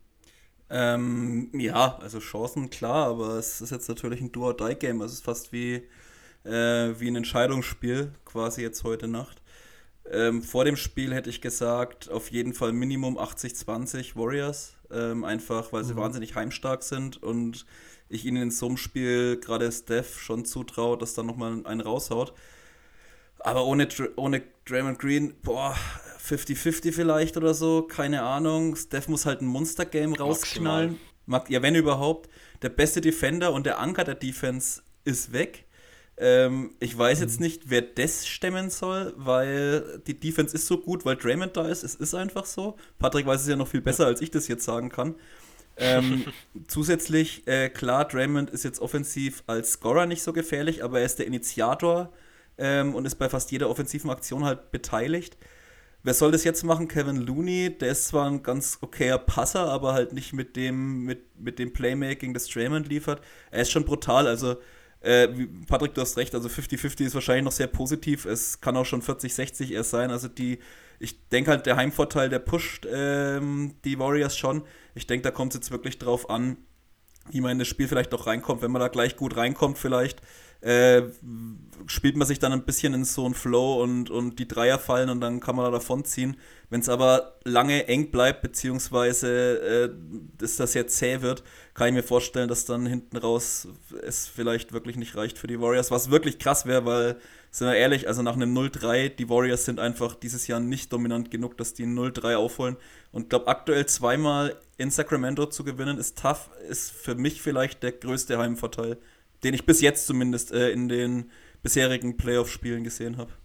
B: Ähm, ja, also Chancen, klar, aber es ist jetzt natürlich ein Do-or-Die-Game, also es ist fast wie, äh, wie ein Entscheidungsspiel, quasi jetzt heute Nacht. Ähm, vor dem Spiel hätte ich gesagt, auf jeden Fall Minimum achtzig zwanzig Warriors. Ähm, einfach, weil sie
A: Mhm.
B: wahnsinnig heimstark sind und ich ihnen in so einem Spiel gerade Steph schon zutraue, dass da nochmal einen raushaut. Aber ohne, Dr- ohne Draymond Green, boah, fünfzig fünfzig vielleicht oder so, keine Ahnung. Steph muss halt ein Monster-Game rausknallen. Mag, ja, wenn überhaupt. Der beste Defender und der Anker der Defense ist weg. Ähm, ich weiß jetzt
A: Mhm.
B: nicht, wer das stemmen soll, weil die Defense ist so gut, weil Draymond da ist. Es ist einfach so. Patrick weiß es ja noch viel besser, als ich das jetzt sagen kann. Ähm, zusätzlich, äh, klar, Draymond ist jetzt offensiv als Scorer nicht so gefährlich, aber er ist der Initiator ähm, und ist bei fast jeder offensiven Aktion halt beteiligt. Wer soll das jetzt machen? Kevin Looney, der ist zwar ein ganz okayer Passer, aber halt nicht mit dem, mit, mit dem Playmaking, das Draymond liefert. Er ist schon brutal, also äh, wie- Patrick, du hast recht, also fünfzig fünfzig ist wahrscheinlich noch sehr positiv. Es kann auch schon vierzig sechzig erst sein. Also die, ich denke halt, der Heimvorteil, der pusht ähm, die Warriors schon. Ich denke, da kommt es jetzt wirklich drauf an, wie man in das Spiel vielleicht auch reinkommt. Wenn man da gleich gut reinkommt, vielleicht äh, spielt man sich dann ein bisschen in so einen Flow und, und die Dreier fallen und dann kann man da davonziehen. Wenn es aber lange eng bleibt, beziehungsweise äh, dass das jetzt zäh wird, kann ich mir vorstellen, dass dann hinten raus es vielleicht wirklich nicht reicht für die Warriors. Was wirklich krass wäre, weil, sind wir ehrlich, also nach einem null drei, die Warriors sind einfach dieses Jahr nicht dominant genug, dass die ein null drei aufholen. Und ich glaube, aktuell zweimal in Sacramento zu gewinnen, ist tough, ist für mich vielleicht der größte Heimvorteil, den ich bis jetzt zumindest äh, in den bisherigen Playoff-Spielen gesehen habe.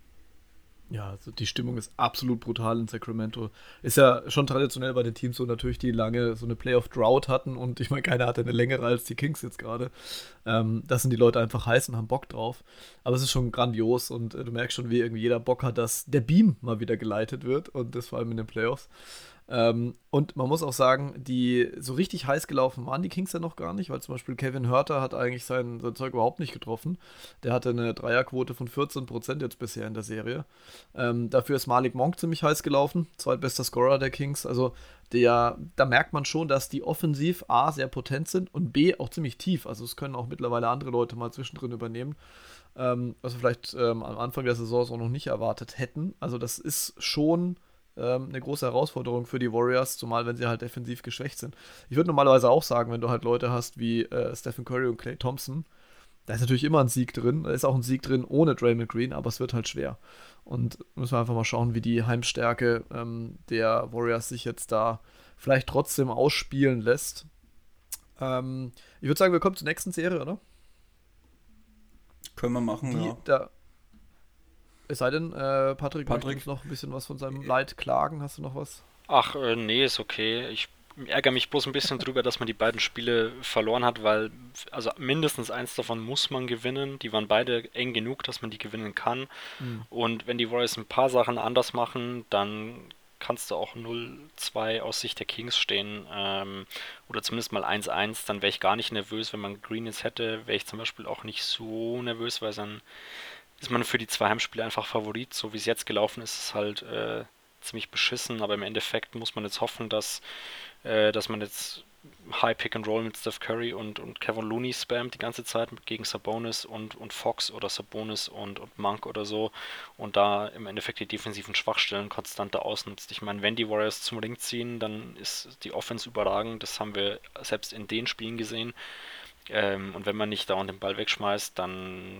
A: Ja, also die Stimmung ist absolut brutal in Sacramento. Ist ja schon traditionell bei den Teams so natürlich, die lange so eine Playoff-Drought hatten und ich meine, keiner hatte eine längere als die Kings jetzt gerade. Ähm, das sind die Leute einfach heiß und haben Bock drauf. Aber es ist schon grandios und äh, du merkst schon, wie irgendwie jeder Bock hat, dass der Beam mal wieder geleitet wird und das vor allem in den Playoffs. Ähm, und man muss auch sagen, die so richtig heiß gelaufen waren die Kings ja noch gar nicht, weil zum Beispiel Kevin Huerter hat eigentlich sein, sein Zeug überhaupt nicht getroffen. Der hatte eine Dreierquote von vierzehn Prozent jetzt bisher in der Serie. Ähm, dafür ist Malik Monk ziemlich heiß gelaufen, zweitbester Scorer der Kings. Also der, da merkt man schon, dass die offensiv A sehr potent sind und B auch ziemlich tief. Also es können auch mittlerweile andere Leute mal zwischendrin übernehmen, ähm, was wir vielleicht ähm, am Anfang der Saison auch noch nicht erwartet hätten. Also das ist schon ähm, eine große Herausforderung für die Warriors, zumal wenn sie halt defensiv geschwächt sind. Ich würde normalerweise auch sagen, wenn du halt Leute hast wie äh, Stephen Curry und Klay Thompson, da ist natürlich immer ein Sieg drin. Da ist auch ein Sieg drin ohne Draymond Green, aber es wird halt schwer. Und müssen wir einfach mal schauen, wie die Heimstärke ähm, der Warriors sich jetzt da vielleicht trotzdem ausspielen lässt. Ähm, ich würde sagen, wir kommen zur nächsten Serie, oder?
B: Können wir machen,
A: Die
B: ja.
A: da. Es sei denn, äh, Patrick, möchte
B: Patrick,
A: uns noch ein bisschen was von seinem Leid klagen. Hast du noch was?
C: Ach, äh, nee, ist okay. Ich ärgere mich bloß ein bisschen drüber, dass man die beiden Spiele verloren hat, weil also mindestens eins davon muss man gewinnen. Die waren beide eng genug, dass man die gewinnen kann.
A: Hm.
C: Und wenn die Warriors ein paar Sachen anders machen, dann kannst du auch null zwei aus Sicht der Kings stehen. Ähm, oder zumindest mal eins eins. Dann wäre ich gar nicht nervös. Wenn man Green jetzt hätte, wäre ich zum Beispiel auch nicht so nervös, weil dann ist man für die zwei Heimspiele einfach Favorit. So wie es jetzt gelaufen ist, ist es halt äh, ziemlich beschissen. Aber im Endeffekt muss man jetzt hoffen, dass äh, dass man jetzt High Pick and Roll mit Steph Curry und, und Kevin Looney spammt die ganze Zeit mit- gegen Sabonis und, und Fox oder Sabonis und, und Monk oder so und da im Endeffekt die defensiven Schwachstellen konstanter ausnutzt. Ich meine, wenn die Warriors zum Ring ziehen, dann ist die Offense überragend. Das haben wir selbst in den Spielen gesehen. Ähm, und wenn man nicht dauernd den Ball wegschmeißt, dann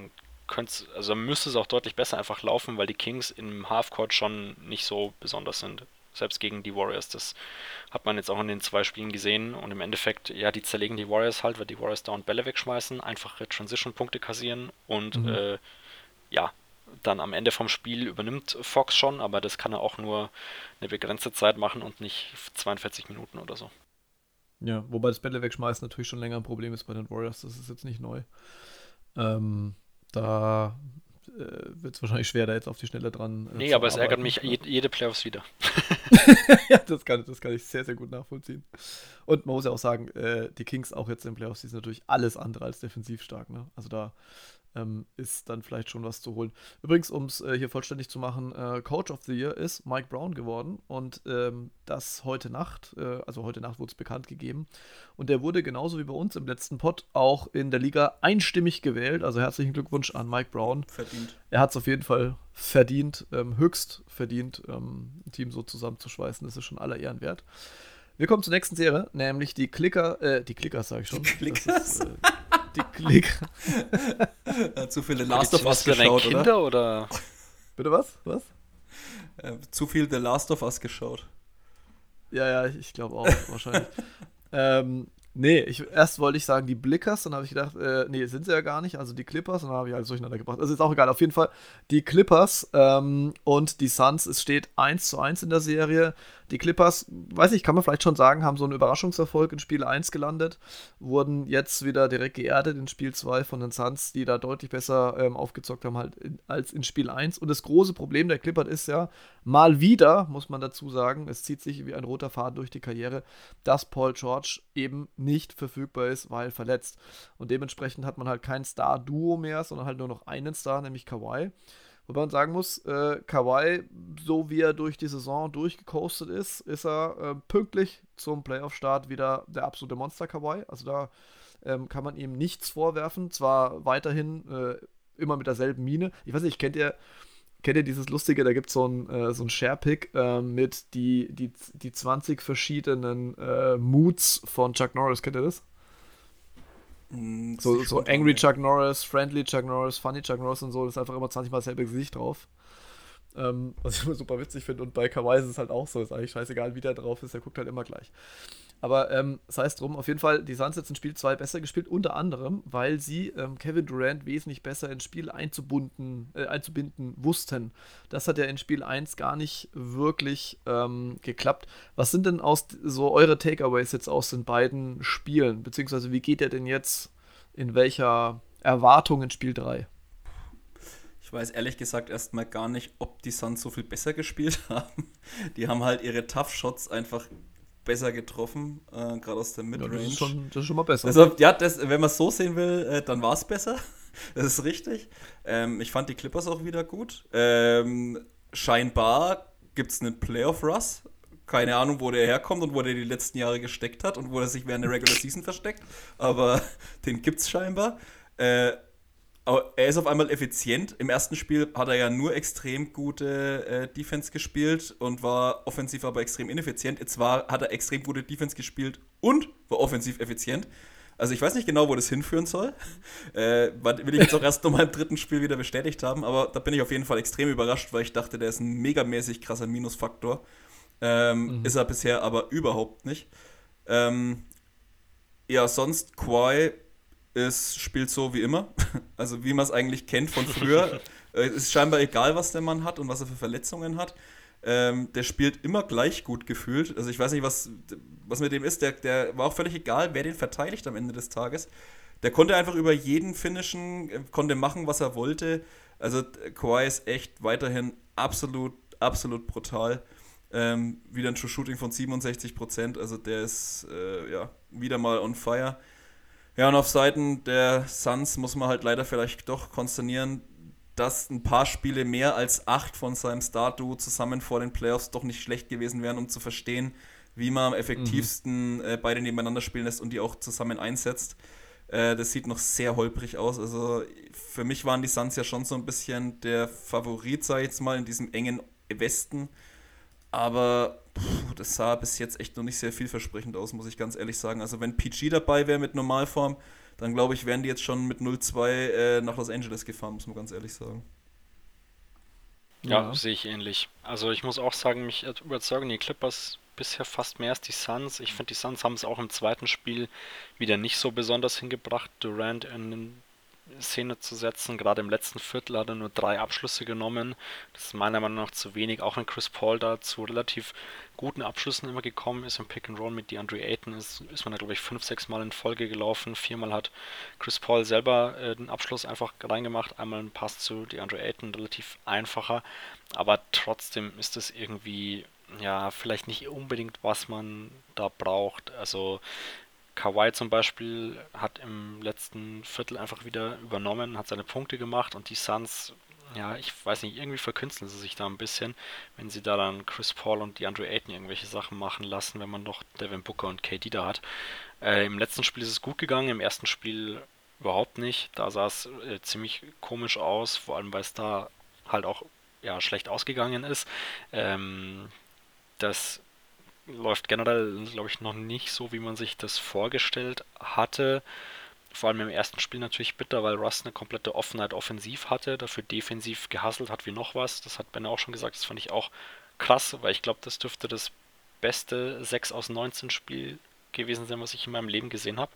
C: könnte also müsste es auch deutlich besser einfach laufen, weil die Kings im Halfcourt schon nicht so besonders sind. Selbst gegen die Warriors, das hat man jetzt auch in den zwei Spielen gesehen und im Endeffekt, ja, die zerlegen die Warriors halt, weil die Warriors dauernd Bälle wegschmeißen, einfache Transition-Punkte kassieren und mhm. äh, ja, dann am Ende vom Spiel übernimmt Fox schon, aber das kann er auch nur eine begrenzte Zeit machen und nicht zweiundvierzig Minuten oder so.
A: Ja, wobei das Bälle wegschmeißen natürlich schon länger ein Problem ist bei den Warriors, das ist jetzt nicht neu. Ähm, da äh, wird es wahrscheinlich schwer, da jetzt auf die Schnelle dran äh,
C: Nee,
A: zu
C: aber es ärgert
A: arbeiten.
C: mich je, jede Playoffs wieder.
A: Ja, das kann, das kann ich sehr, sehr gut nachvollziehen. Und man muss ja auch sagen, äh, die Kings auch jetzt in den Playoffs, die sind natürlich alles andere als defensiv stark. Ne? Also da ähm, ist dann vielleicht schon was zu holen. Übrigens, um es äh, hier vollständig zu machen, äh, Coach of the Year ist Mike Brown geworden und ähm, das heute Nacht, äh, also heute Nacht wurde es bekannt gegeben und der wurde genauso wie bei uns im letzten Pod auch in der Liga einstimmig gewählt, also herzlichen Glückwunsch an Mike Brown.
B: Verdient.
A: Er hat es auf jeden Fall verdient, ähm, höchst verdient, ähm, ein Team so zusammenzuschweißen, das ist schon aller Ehren wert. Wir kommen zur nächsten Serie, nämlich die Clicker, äh, die Clickers sage ich schon.
B: Die Clickers?
A: Ist, äh, die Click.
B: Zu viel The Last of Us geschaut,
C: Kinder,
B: oder?
C: oder?
A: Bitte was? Was?
B: Äh, zu viel The Last of Us geschaut.
A: Ja, ja, ich, ich glaube auch, wahrscheinlich. ähm, nee, ich, erst wollte ich sagen die Blickers, dann habe ich gedacht, äh, nee, sind sie ja gar nicht, also die Clippers, und dann habe ich alles durcheinander gebracht. Also ist auch egal, auf jeden Fall die Clippers ähm, und die Suns, es steht eins zu eins in der Serie. Die Clippers, weiß ich, kann man vielleicht schon sagen, haben so einen Überraschungserfolg in Spiel eins gelandet, wurden jetzt wieder direkt geerdet in Spiel zwei von den Suns, die da deutlich besser ähm, aufgezockt haben halt in, als in Spiel eins. Und das große Problem der Clippers ist ja, mal wieder, muss man dazu sagen, es zieht sich wie ein roter Faden durch die Karriere, dass Paul George eben nicht verfügbar ist, weil verletzt. Und dementsprechend hat man halt kein Star-Duo mehr, sondern halt nur noch einen Star, nämlich Kawhi. Wobei man sagen muss, äh, Kawhi, so wie er durch die Saison durchgecoastet ist, ist er äh, pünktlich zum Playoff-Start wieder der absolute Monster-Kawhi. Also da ähm, kann man ihm nichts vorwerfen. Zwar weiterhin äh, immer mit derselben Mine. Ich weiß nicht, kennt ihr, kennt ihr dieses Lustige, da gibt so es äh, so ein Share-Pick äh, mit die, die, die zwanzig verschiedenen äh, Moods von Chuck Norris. Kennt ihr das? So, so Angry Chuck Norris, Friendly Chuck Norris, Funny Chuck Norris und so, das ist einfach immer zwanzig Mal dasselbe Gesicht drauf. Ähm, was ich immer super witzig finde. Und bei Kawhi ist es halt auch so, ist eigentlich scheißegal, wie der drauf ist, der guckt halt immer gleich. Aber ähm, sei es drum, auf jeden Fall, die Suns jetzt in Spiel zwei besser gespielt, unter anderem, weil sie ähm, Kevin Durant wesentlich besser ins Spiel einzubinden, äh, einzubinden wussten. Das hat ja in Spiel eins gar nicht wirklich ähm, geklappt. Was sind denn aus so eure Takeaways jetzt aus den beiden Spielen? Beziehungsweise wie geht der denn jetzt in welcher Erwartung in Spiel drei?
B: Ich weiß ehrlich gesagt erstmal gar nicht, ob die Suns so viel besser gespielt haben. Die haben halt ihre Tough Shots einfach besser getroffen, äh, gerade aus der Midrange. Ja, das, ist
A: schon, das ist schon mal besser.
B: Also, ja, das, wenn man es so sehen will, äh, dann war es besser. Das ist richtig. Ähm, ich fand die Clippers auch wieder gut. Ähm, scheinbar gibt es einen Playoff-Rush. Keine Ahnung, wo der herkommt und wo der die letzten Jahre gesteckt hat und wo er sich während der Regular Season versteckt. Aber den gibt es scheinbar. Äh, Aber er ist auf einmal effizient. Im ersten Spiel hat er ja nur extrem gute äh, Defense gespielt und war offensiv aber extrem ineffizient. Jetzt war, hat er extrem gute Defense gespielt und war offensiv effizient. Also ich weiß nicht genau, wo das hinführen soll. Äh, will ich jetzt auch erst noch mal im dritten Spiel wieder bestätigt haben, aber da bin ich auf jeden Fall extrem überrascht, weil ich dachte, der ist ein megamäßig krasser Minusfaktor. Ähm, mhm. Ist er bisher aber überhaupt nicht. Ähm, ja, sonst Kawhi es spielt so wie immer, also wie man es eigentlich kennt von früher. Es ist scheinbar egal, was der Mann hat und was er für Verletzungen hat. Ähm, der spielt immer gleich gut gefühlt. Also ich weiß nicht, was, was mit dem ist. Der, der war auch völlig egal, wer den verteidigt am Ende des Tages. Der konnte einfach über jeden finishen, konnte machen, was er wollte. Also Kawhi ist echt weiterhin absolut, absolut brutal. Ähm, wieder ein True Shooting von siebenundsechzig Prozent. Also der ist äh, ja wieder mal on fire. Ja, und auf Seiten der Suns muss man halt leider vielleicht doch konsternieren, dass ein paar Spiele mehr als acht von seinem Star-Duo zusammen vor den Playoffs doch nicht schlecht gewesen wären, um zu verstehen, wie man am effektivsten mhm. äh, beide nebeneinander spielen lässt und die auch zusammen einsetzt. Äh, das sieht noch sehr holprig aus. Also für mich waren die Suns ja schon so ein bisschen der Favorit, sag ich jetzt mal, in diesem engen Westen. Aber pff, das sah bis jetzt echt noch nicht sehr vielversprechend aus, muss ich ganz ehrlich sagen. Also wenn P G dabei wäre mit Normalform, dann glaube ich, wären die jetzt schon mit null zwei äh, nach Los Angeles gefahren, muss man ganz ehrlich sagen.
C: Ja,
A: Ja.
C: sehe ich ähnlich. Also ich muss auch sagen, mich überzeugen die Clippers bisher fast mehr als die Suns. Ich finde, die Suns haben es auch im zweiten Spiel wieder nicht so besonders hingebracht, Durant in Szene zu setzen. Gerade im letzten Viertel hat er nur drei Abschlüsse genommen. Das ist meiner Meinung nach zu wenig. Auch wenn Chris Paul da zu relativ guten Abschlüssen immer gekommen ist im Pick and Roll mit DeAndre Ayton, ist, ist man da glaube ich fünf, sechs Mal in Folge gelaufen. Viermal hat Chris Paul selber äh, den Abschluss einfach reingemacht. Einmal ein Pass zu DeAndre Ayton, relativ einfacher. Aber trotzdem ist es irgendwie, ja, vielleicht nicht unbedingt, was man da braucht. Also Kawhi zum Beispiel hat im letzten Viertel einfach wieder übernommen, hat seine Punkte gemacht und die Suns, ja, ich weiß nicht, irgendwie verkünsteln sie sich da ein bisschen, wenn sie da dann Chris Paul und DeAndre Ayton irgendwelche Sachen machen lassen, wenn man noch Devin Booker und K D da hat. Äh, im letzten Spiel ist es gut gegangen, im ersten Spiel überhaupt nicht. Da sah es äh, ziemlich komisch aus, vor allem weil es da halt auch ja, schlecht ausgegangen ist. Ähm, das läuft generell, glaube ich, noch nicht so, wie man sich das vorgestellt hatte. Vor allem im ersten Spiel natürlich bitter, weil Russ eine komplette Offenheit offensiv hatte, dafür defensiv gehustelt hat wie noch was. Das hat Ben auch schon gesagt, das fand ich auch krass, weil ich glaube, das dürfte das beste sechs aus neunzehn Spiel gewesen sein, was ich in meinem Leben gesehen habe.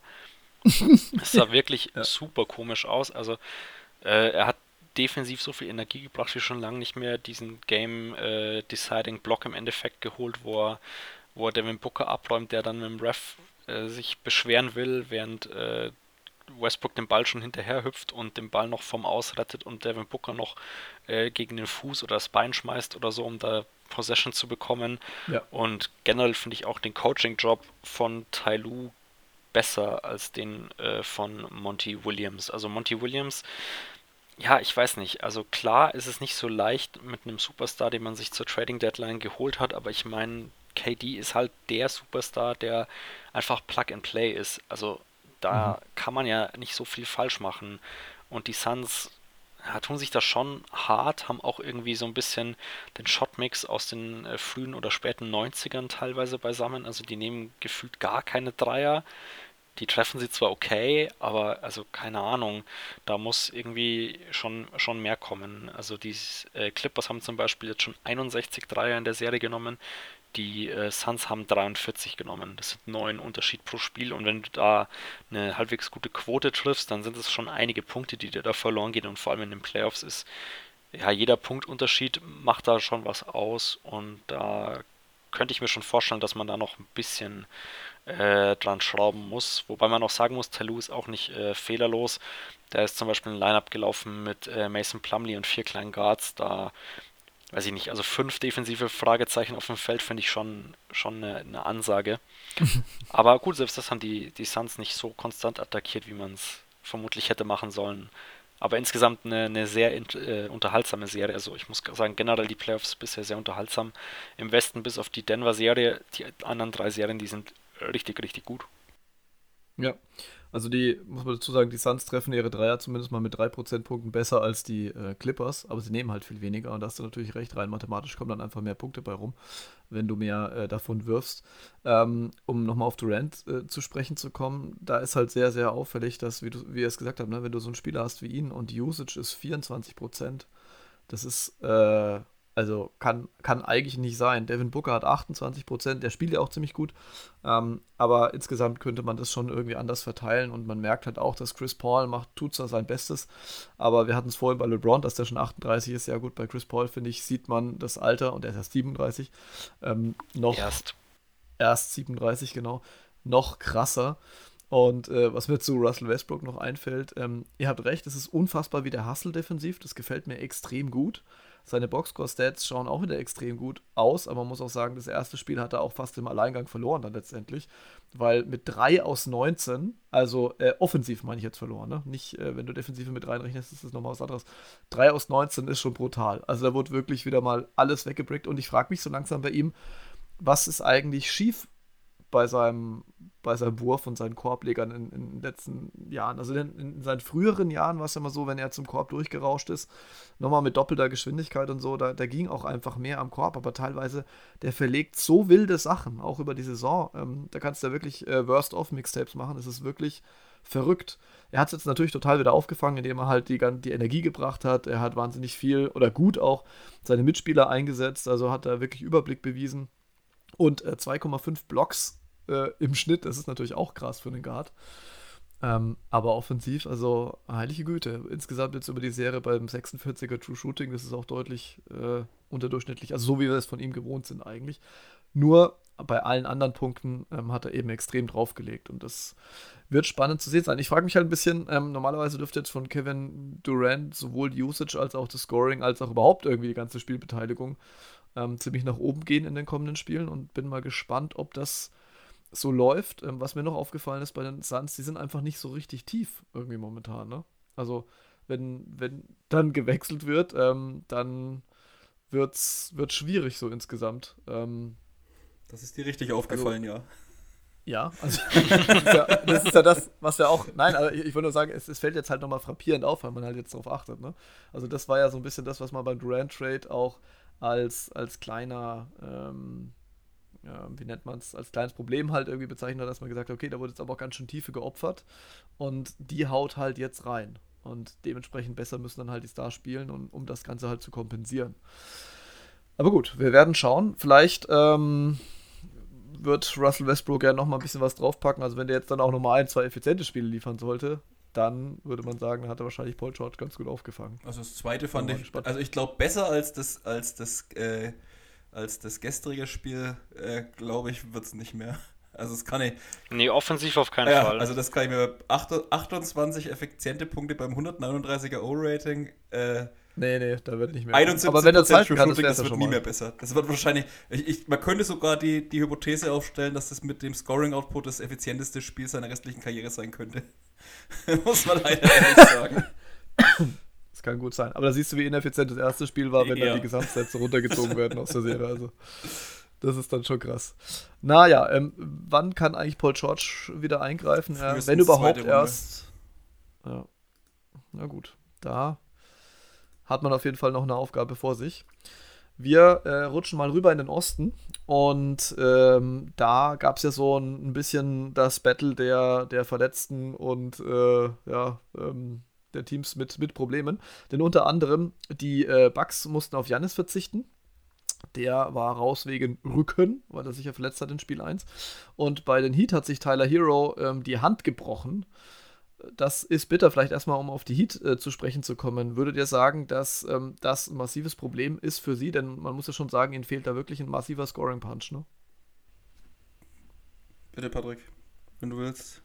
C: Es sah wirklich
A: Ja.
C: super komisch aus. Also äh, er hat defensiv so viel Energie gebracht wie schon lange nicht mehr. Diesen Game äh, Deciding Block im Endeffekt geholt, wo er, wo er Devin Booker abräumt, der dann mit dem Ref äh, sich beschweren will, während äh, Westbrook den Ball schon hinterher hüpft und den Ball noch vom Aus rettet und Devin Booker noch äh, gegen den Fuß oder das Bein schmeißt oder so, um da Possession zu bekommen.
A: Ja.
C: Und generell finde ich auch den Coaching-Job von Ty Lue besser als den äh, von Monty Williams. Also Monty Williams, ja, ich weiß nicht. Also klar ist es nicht so leicht mit einem Superstar, den man sich zur Trading Deadline geholt hat, aber ich meine, K D ist halt der Superstar, der einfach Plug and Play ist. Also
A: Mhm.
C: da kann man ja nicht so viel falsch machen. Und die Suns ja, tun sich das schon hart, haben auch irgendwie so ein bisschen den Shotmix aus den äh, frühen oder späten Neunzigern teilweise beisammen. Also die nehmen gefühlt gar keine Dreier. Die treffen sie zwar okay, aber also keine Ahnung, da muss irgendwie schon, schon mehr kommen. Also die äh, Clippers haben zum Beispiel jetzt schon einundsechzig Dreier in der Serie genommen, die äh, Suns haben dreiundvierzig genommen. Das sind neun Unterschied pro Spiel und wenn du da eine halbwegs gute Quote triffst, dann sind es schon einige Punkte, die dir da verloren gehen und vor allem in den Playoffs ist ja jeder Punktunterschied macht da schon was aus und da könnte ich mir schon vorstellen, dass man da noch ein bisschen äh, dran schrauben muss. Wobei man auch sagen muss, Ty Lue ist auch nicht äh, fehlerlos. Der ist zum Beispiel ein Line-Up gelaufen mit äh, Mason Plumlee und vier kleinen Guards. Da weiß ich nicht, also fünf defensive Fragezeichen auf dem Feld finde ich schon, schon eine, eine Ansage. Aber gut, selbst das haben die, die Suns nicht so konstant attackiert, wie man es vermutlich hätte machen sollen. Aber insgesamt eine, eine sehr int- äh, unterhaltsame Serie. Also ich muss sagen, generell die Playoffs bisher sehr unterhaltsam. Im Westen bis auf die Denver-Serie, die anderen drei Serien, die sind richtig, richtig gut.
A: Ja, also die, muss man dazu sagen, die Suns treffen ihre Dreier zumindest mal mit drei Prozentpunkten besser als die äh, Clippers, aber sie nehmen halt viel weniger und da hast du natürlich recht, rein mathematisch kommen dann einfach mehr Punkte bei rum, wenn du mehr äh, davon wirfst. Ähm, um nochmal auf Durant äh, zu sprechen zu kommen, da ist halt sehr, sehr auffällig, dass, wie, du, wie ihr es gesagt habt, ne, wenn du so einen Spieler hast wie ihn und die Usage ist vierundzwanzig Prozent, das ist, äh, also kann, kann eigentlich nicht sein. Devin Booker hat achtundzwanzig Prozent, der spielt ja auch ziemlich gut. Ähm, aber insgesamt könnte man das schon irgendwie anders verteilen und man merkt halt auch, dass Chris Paul macht, tut zwar sein Bestes, aber wir hatten es vorhin bei LeBron, dass der schon achtunddreißig ist. Ja gut, bei Chris Paul, finde ich, sieht man das Alter, und er ist ja siebenunddreißig, ähm, noch
C: Erst.
A: erst siebenunddreißig, genau, noch krasser. Und äh, was mir zu Russell Westbrook noch einfällt, ähm, ihr habt recht, es ist unfassbar wie der Hustle defensiv, das gefällt mir extrem gut. Seine Boxscore-Stats schauen auch wieder extrem gut aus, aber man muss auch sagen, das erste Spiel hat er auch fast im Alleingang verloren dann letztendlich, weil mit drei aus neunzehn, also äh, offensiv meine ich jetzt verloren, ne? Nicht, äh, wenn du Defensive mit reinrechnest, ist das nochmal was anderes. drei aus neunzehn ist schon brutal. Also da wurde wirklich wieder mal alles weggebrickt und ich frage mich so langsam bei ihm, was ist eigentlich schief bei seinem, bei seinem Wurf und seinen Korblegern in, in den letzten Jahren. Also in, in seinen früheren Jahren war es ja immer so, wenn er zum Korb durchgerauscht ist, nochmal mit doppelter Geschwindigkeit und so, da, da ging auch einfach mehr am Korb, aber teilweise, der verlegt so wilde Sachen, auch über die Saison. Ähm, da kannst du ja wirklich äh, Worst-of-Mixtapes machen. Es ist wirklich verrückt. Er hat es jetzt natürlich total wieder aufgefangen, indem er halt die, die Energie gebracht hat. Er hat wahnsinnig viel oder gut auch seine Mitspieler eingesetzt, also hat er wirklich Überblick bewiesen. Und äh, zwei Komma fünf Blocks äh, im Schnitt, das ist natürlich auch krass für einen Guard. Ähm, aber offensiv, also heilige Güte. Insgesamt jetzt über die Serie beim sechsundvierziger True Shooting, das ist auch deutlich äh, unterdurchschnittlich, also so wie wir es von ihm gewohnt sind eigentlich. Nur bei allen anderen Punkten ähm, hat er eben extrem draufgelegt und das wird spannend zu sehen sein. Ich frage mich halt ein bisschen, ähm, normalerweise dürfte jetzt von Kevin Durant sowohl die Usage als auch das Scoring als auch überhaupt irgendwie die ganze Spielbeteiligung ähm, ziemlich nach oben gehen in den kommenden Spielen und bin mal gespannt, ob das so läuft. Ähm, was mir noch aufgefallen ist bei den Suns, die sind einfach nicht so richtig tief irgendwie momentan, ne? Also wenn, wenn dann gewechselt wird, ähm, dann wird's, wird's schwierig so insgesamt. Ähm,
B: das ist dir richtig aufgefallen, also, ja.
A: Ja, also das ist ja, das ist ja das, was wir auch, nein, aber ich, ich wollte nur sagen, es, es fällt jetzt halt nochmal frappierend auf, weil man halt jetzt darauf achtet, ne? Also das war ja so ein bisschen das, was man beim Durant-Trade auch als, als kleiner, ähm, ja, wie nennt man es, als kleines Problem halt irgendwie bezeichnet hat, dass man gesagt hat, okay, da wurde jetzt aber auch ganz schön Tiefe geopfert und die haut halt jetzt rein und dementsprechend besser müssen dann halt die Stars spielen, um, um das Ganze halt zu kompensieren. Aber gut, wir werden schauen, vielleicht, ähm, wird Russell Westbrook gerne noch mal ein bisschen was draufpacken. Also wenn der jetzt dann auch noch mal ein, zwei effiziente Spiele liefern sollte, dann würde man sagen, dann hat er wahrscheinlich Paul George ganz gut aufgefangen.
B: Also das zweite fand ich, spannend. Also ich glaube besser als das, als das, äh, als das gestrige Spiel, äh, glaube ich, wird es nicht mehr. Also das kann ich.
C: Nee, offensiv auf keinen
B: ja,
C: Fall.
B: Also das kann ich mir achtundzwanzig effiziente Punkte beim hundertneununddreißiger O-Rating. Äh,
A: Nee, nee, da wird nicht mehr.
B: einundsiebzig
A: aber wenn er
B: Prozent
A: True
B: Shooting, das, das wird nie
A: mal.
B: mehr besser. Das wird wahrscheinlich, ich, ich, man könnte sogar die, die Hypothese aufstellen, dass das mit dem Scoring-Output das effizienteste Spiel seiner restlichen Karriere sein könnte. Muss man leider ehrlich sagen.
A: Das kann gut sein. Aber da siehst du, wie ineffizient das erste Spiel war, wenn
B: ja.
A: dann die Gesamtsätze runtergezogen werden aus der Serie. Also das ist dann schon krass. Naja, ähm, wann kann eigentlich Paul George wieder eingreifen? Ja, wenn überhaupt erst. Ja. Na gut, da hat man auf jeden Fall noch eine Aufgabe vor sich. Wir äh, rutschen mal rüber in den Osten und ähm, da gab es ja so ein, ein bisschen das Battle der, der Verletzten und äh, ja, ähm, der Teams mit, mit Problemen. Denn unter anderem die äh, Bucks mussten auf Giannis verzichten. Der war raus wegen Rücken, weil er sich ja verletzt hat in Spiel eins. Und bei den Heat hat sich Tyler Hero ähm, die Hand gebrochen. Das ist bitter, vielleicht erstmal, um auf die Heat äh, zu sprechen zu kommen. Würdet ihr sagen, dass ähm, das ein massives Problem ist für sie? Denn man muss ja schon sagen, ihnen fehlt da wirklich ein massiver Scoring-Punch, ne?
B: Bitte, Patrick, wenn du willst.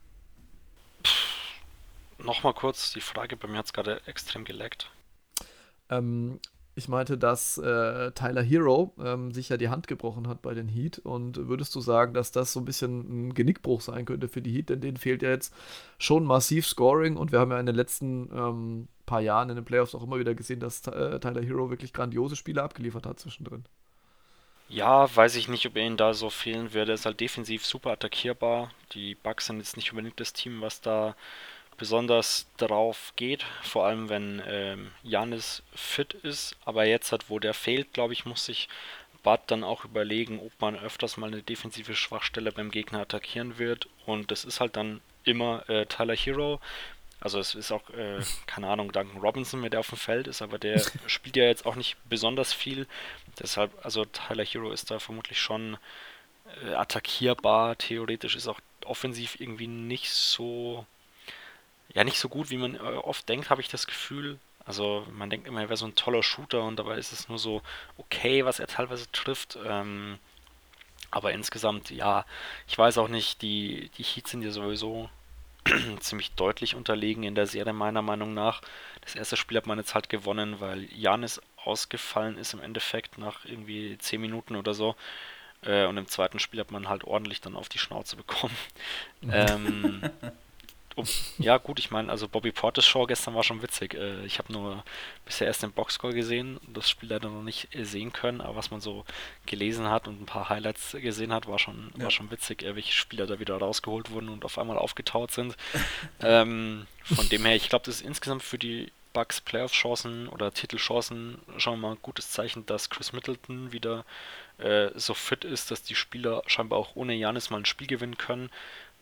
C: Nochmal kurz die Frage, bei mir hat es gerade extrem gelaggt.
A: Ähm, ich meinte, dass äh, Tyler Hero ähm, sich ja die Hand gebrochen hat bei den Heat und würdest du sagen, dass das so ein bisschen ein Genickbruch sein könnte für die Heat, denn denen fehlt ja jetzt schon massiv Scoring und wir haben ja in den letzten ähm, paar Jahren in den Playoffs auch immer wieder gesehen, dass äh, Tyler Hero wirklich grandiose Spiele abgeliefert hat zwischendrin.
C: Ja, weiß ich nicht, ob er ihn da so fehlen würde. Er ist halt defensiv super attackierbar. Die Bucks sind jetzt nicht unbedingt das Team, was da besonders drauf geht, vor allem wenn ähm, Giannis fit ist, aber jetzt hat, wo der fehlt, glaube ich, muss sich Bud dann auch überlegen, ob man öfters mal eine defensive Schwachstelle beim Gegner attackieren wird und das ist halt dann immer äh, Tyler Hero, also es ist auch, äh, keine Ahnung, Duncan Robinson, mit der auf dem Feld ist, aber der spielt ja jetzt auch nicht besonders viel, deshalb, also Tyler Hero ist da vermutlich schon äh, attackierbar, theoretisch ist auch offensiv irgendwie nicht so Ja, nicht so gut, wie man äh, oft denkt, habe ich das Gefühl. Also man denkt immer, er wäre so ein toller Shooter und dabei ist es nur so okay, was er teilweise trifft. Ähm, aber insgesamt, ja, ich weiß auch nicht, die, die Heat sind ja sowieso ziemlich deutlich unterlegen in der Serie, meiner Meinung nach. Das erste Spiel hat man jetzt halt gewonnen, weil Giannis ausgefallen ist im Endeffekt nach irgendwie zehn Minuten oder so. Äh, und im zweiten Spiel hat man halt ordentlich dann auf die Schnauze bekommen. ähm... Oh, ja gut, ich meine, also Bobby Portis Show gestern war schon witzig. Äh, ich habe nur bisher erst den Boxscore gesehen und das Spiel leider noch nicht äh, sehen können, aber was man so gelesen hat und ein paar Highlights gesehen hat, war schon, ja. war schon witzig, äh, welche Spieler da wieder rausgeholt wurden und auf einmal aufgetaut sind. ähm, von dem her, ich glaube, das ist insgesamt für die Bucks Playoff-Chancen oder Titelchancen schon mal ein gutes Zeichen, dass Chris Middleton wieder äh, so fit ist, dass die Spieler scheinbar auch ohne Giannis mal ein Spiel gewinnen können.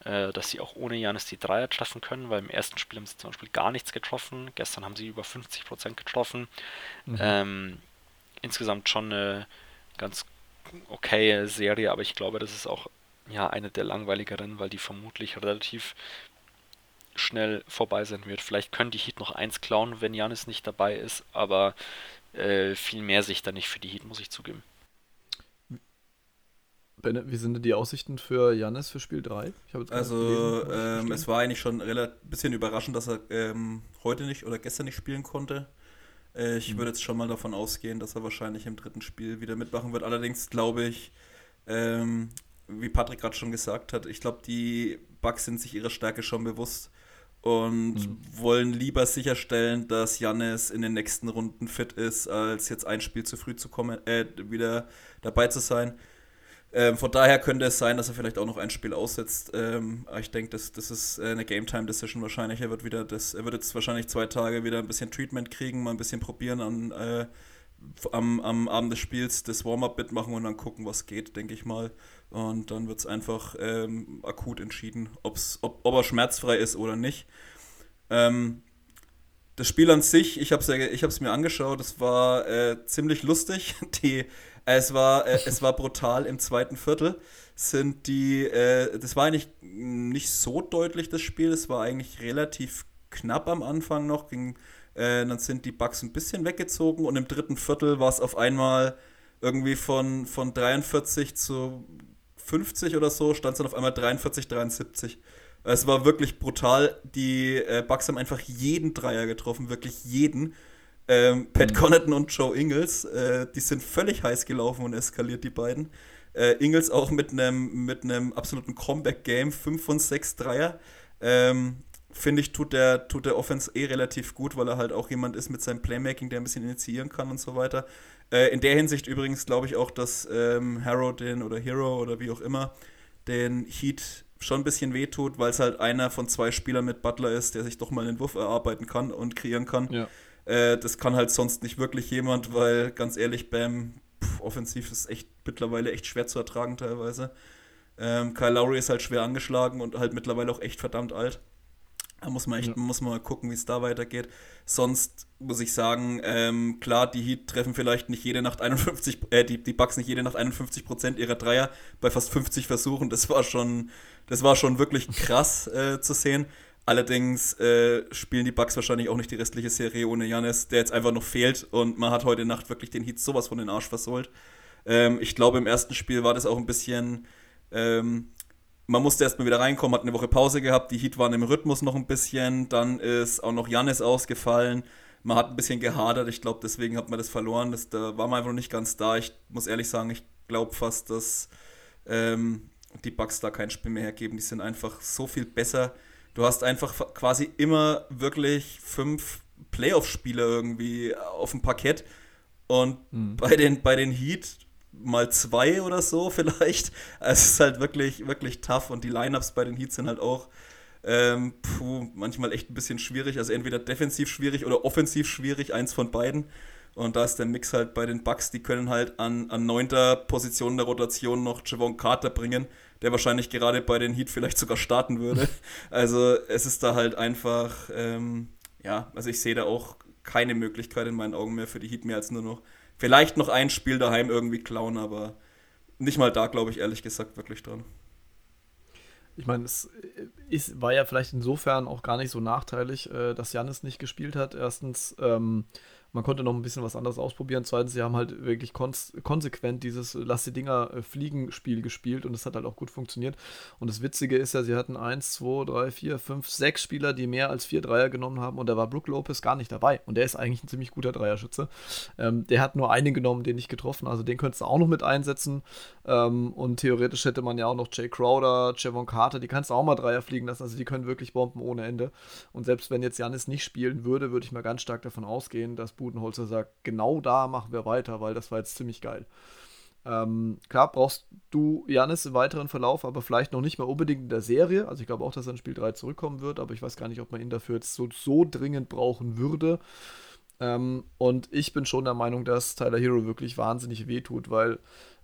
C: äh, dass sie auch ohne Giannis die Dreier treffen können, weil im ersten Spiel haben sie zum Beispiel gar nichts getroffen. Gestern haben sie über fünfzig Prozent getroffen. Mhm. Ähm, insgesamt schon eine ganz okaye Serie, aber ich glaube, das ist auch ja eine der langweiligeren, weil die vermutlich relativ schnell vorbei sein wird. Vielleicht können die Heat noch eins klauen, wenn Giannis nicht dabei ist, aber äh, viel mehr sehe ich da nicht für die Heat, muss ich zugeben.
A: Bennett, wie sind denn die Aussichten für Giannis für Spiel drei?
B: Ich habe jetzt also gelesen, ähm, es war eigentlich schon ein bisschen überraschend, dass er ähm, heute nicht oder gestern nicht spielen konnte. Äh, ich mhm. würde jetzt schon mal davon ausgehen, dass er wahrscheinlich im dritten Spiel wieder mitmachen wird. Allerdings glaube ich, ähm, wie Patrick gerade schon gesagt hat, ich glaube, die Bucks sind sich ihrer Stärke schon bewusst und mhm. wollen lieber sicherstellen, dass Giannis in den nächsten Runden fit ist, als jetzt ein Spiel zu früh zu kommen, äh, wieder dabei zu sein. Ähm, von daher könnte es sein, dass er vielleicht auch noch ein Spiel aussetzt. Ähm, aber ich denke, das, das ist eine Game-Time-Decision wahrscheinlich. Er wird wieder das, er wird jetzt wahrscheinlich zwei Tage wieder ein bisschen Treatment kriegen, mal ein bisschen probieren, an, äh, am, am Abend des Spiels das Warm-Up mitmachen und dann gucken, was geht, denke ich mal. Und dann wird es einfach ähm, akut entschieden, ob's, ob, ob er schmerzfrei ist oder nicht. Ähm, das Spiel an sich, ich habe es ich hab's mir angeschaut, es war äh, ziemlich lustig. Die Es war, äh, es war brutal im zweiten Viertel. Sind die, äh, das war eigentlich nicht so deutlich, das Spiel. Es war eigentlich relativ knapp am Anfang noch. Ging, äh, dann sind die Bucks ein bisschen weggezogen und im dritten Viertel war es auf einmal irgendwie von, von dreiundvierzig zu fünfzig oder so, stand es dann auf einmal dreiundvierzig, dreiundsiebzig. Es war wirklich brutal. Die äh, Bucks haben einfach jeden Dreier getroffen, wirklich jeden. Ähm, Pat mhm. Connaughton und Joe Ingles, äh, die sind völlig heiß gelaufen und eskaliert, die beiden. Äh, Ingles auch mit einem mit einem absoluten Comeback-Game, fünf von sechs Dreier. Ähm, Finde ich, tut der, tut der Offense eh relativ gut, weil er halt auch jemand ist mit seinem Playmaking, der ein bisschen initiieren kann und so weiter. Äh, in der Hinsicht übrigens glaube ich auch, dass ähm, Hero den oder Hero oder wie auch immer den Heat schon ein bisschen wehtut, weil es halt einer von zwei Spielern mit Butler ist, der sich doch mal einen Wurf erarbeiten kann und kreieren kann. Ja. Äh, das kann halt sonst nicht wirklich jemand, weil ganz ehrlich, Bam, pff, offensiv ist echt mittlerweile echt schwer zu ertragen teilweise. Ähm, Kyle Lowry ist halt schwer angeschlagen und halt mittlerweile auch echt verdammt alt. Da muss man echt, ja. muss man mal gucken, wie es da weitergeht. Sonst muss ich sagen, ähm, klar, die Heat treffen vielleicht nicht jede Nacht einundfünfzig, äh, die, die Bucks nicht jede Nacht einundfünfzig Prozent ihrer Dreier bei fast fünfzig Versuchen. Das war schon, das war schon wirklich krass äh, zu sehen. Allerdings äh, spielen die Bucks wahrscheinlich auch nicht die restliche Serie ohne Giannis, der jetzt einfach noch fehlt. Und man hat heute Nacht wirklich den Heat sowas von den Arsch versohlt. Ähm, ich glaube, im ersten Spiel war das auch ein bisschen... Ähm, Man musste erstmal wieder reinkommen, hat eine Woche Pause gehabt, die Heat waren im Rhythmus noch ein bisschen, dann ist auch noch Giannis ausgefallen, man hat ein bisschen gehadert, ich glaube, deswegen hat man das verloren, das, da war man einfach noch nicht ganz da. Ich muss ehrlich sagen, ich glaube fast, dass ähm, die Bucks da kein Spiel mehr hergeben, die sind einfach so viel besser. Du hast einfach quasi immer wirklich fünf Playoff-Spieler irgendwie auf dem Parkett und mhm. bei den, bei den Heat mal zwei oder so vielleicht. Also es ist halt wirklich, wirklich tough und die Lineups bei den Heats sind halt auch ähm, puh, manchmal echt ein bisschen schwierig. Also entweder defensiv schwierig oder offensiv schwierig, eins von beiden. Und da ist der Mix halt bei den Bucks, die können halt an, an neunter Position der Rotation noch Javon Carter bringen, der wahrscheinlich gerade bei den Heat vielleicht sogar starten würde. Also es ist da halt einfach, ähm, ja, also ich sehe da auch keine Möglichkeit in meinen Augen mehr für die Heat, mehr als nur noch vielleicht noch ein Spiel daheim irgendwie klauen, aber nicht mal da, glaube ich, ehrlich gesagt, wirklich dran.
A: Ich meine, es ist, war ja vielleicht insofern auch gar nicht so nachteilig, äh, dass Giannis nicht gespielt hat. Erstens, ähm, man konnte noch ein bisschen was anderes ausprobieren. Zweitens, sie haben halt wirklich kons- konsequent dieses Lass die Dinger äh, fliegen Spiel gespielt und das hat halt auch gut funktioniert. Und das Witzige ist ja, sie hatten eins, zwei, drei, vier, fünf, sechs Spieler, die mehr als vier Dreier genommen haben und da war Brook Lopez gar nicht dabei. Und der ist eigentlich ein ziemlich guter Dreierschütze. Ähm, der hat nur einen genommen, den nicht getroffen. Also den könntest du auch noch mit einsetzen. Ähm, und theoretisch hätte man ja auch noch Jay Crowder, Javon Carter, die kannst du auch mal Dreier fliegen lassen. Also die können wirklich bomben ohne Ende. Und selbst wenn jetzt Giannis nicht spielen würde, würde ich mal ganz stark davon ausgehen, dass Budenholzer sagt, genau da machen wir weiter, weil das war jetzt ziemlich geil. Ähm, klar brauchst du Giannis im weiteren Verlauf, aber vielleicht noch nicht mal unbedingt in der Serie. Also ich glaube auch, dass er in Spiel drei zurückkommen wird, aber ich weiß gar nicht, ob man ihn dafür jetzt so, so dringend brauchen würde. Ähm, und ich bin schon der Meinung, dass Tyler Hero wirklich wahnsinnig wehtut, weil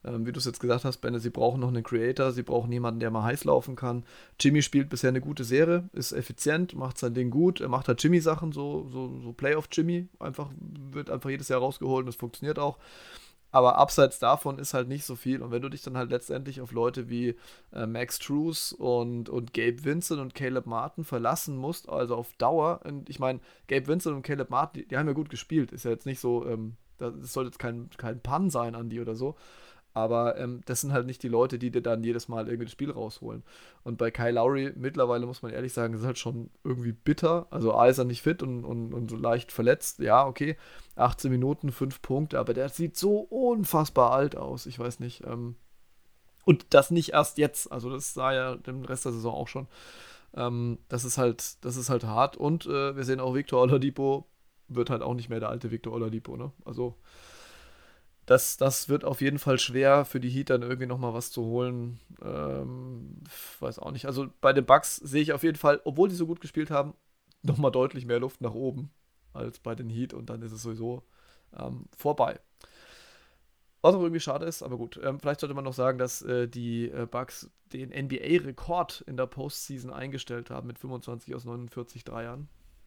A: Ähm, wie du es jetzt gesagt hast, Benne, sie brauchen noch einen Creator, sie brauchen jemanden, der mal heiß laufen kann. Jimmy spielt bisher eine gute Serie, ist effizient, macht sein Ding gut, er macht halt Jimmy-Sachen, so, so, so Playoff-Jimmy, einfach, wird einfach jedes Jahr rausgeholt und das funktioniert auch. Aber abseits davon ist halt nicht so viel. Und wenn du dich dann halt letztendlich auf Leute wie äh, Max Strus und, und Gabe Vincent und Caleb Martin verlassen musst, also auf Dauer, und ich meine, Gabe Vincent und Caleb Martin, die, die haben ja gut gespielt. Ist ja jetzt nicht so, ähm, das soll jetzt kein, kein Pun sein an die oder so. Aber ähm, das sind halt nicht die Leute, die dir dann jedes Mal irgendwie das Spiel rausholen. Und bei Kyle Lowry mittlerweile muss man ehrlich sagen, ist halt schon irgendwie bitter. Also A ist er nicht fit und, und, und so leicht verletzt. Ja, okay. achtzehn Minuten, fünf Punkte, aber der sieht so unfassbar alt aus. Ich weiß nicht. Ähm, und das nicht erst jetzt. Also das sah ja den Rest der Saison auch schon. Ähm, das ist halt, das ist halt hart. Und äh, wir sehen auch Victor Oladipo wird halt auch nicht mehr der alte Victor Oladipo, ne? Also das, das wird auf jeden Fall schwer für die Heat dann irgendwie nochmal was zu holen. Ähm, weiß auch nicht. Also bei den Bucks sehe ich auf jeden Fall, obwohl die so gut gespielt haben, nochmal deutlich mehr Luft nach oben als bei den Heat und dann ist es sowieso ähm, vorbei. Was auch irgendwie schade ist, aber gut. Ähm, vielleicht sollte man noch sagen, dass äh, die äh, Bucks den N B A-Rekord in der Postseason eingestellt haben mit fünfundzwanzig aus neunundvierzig Dreiern.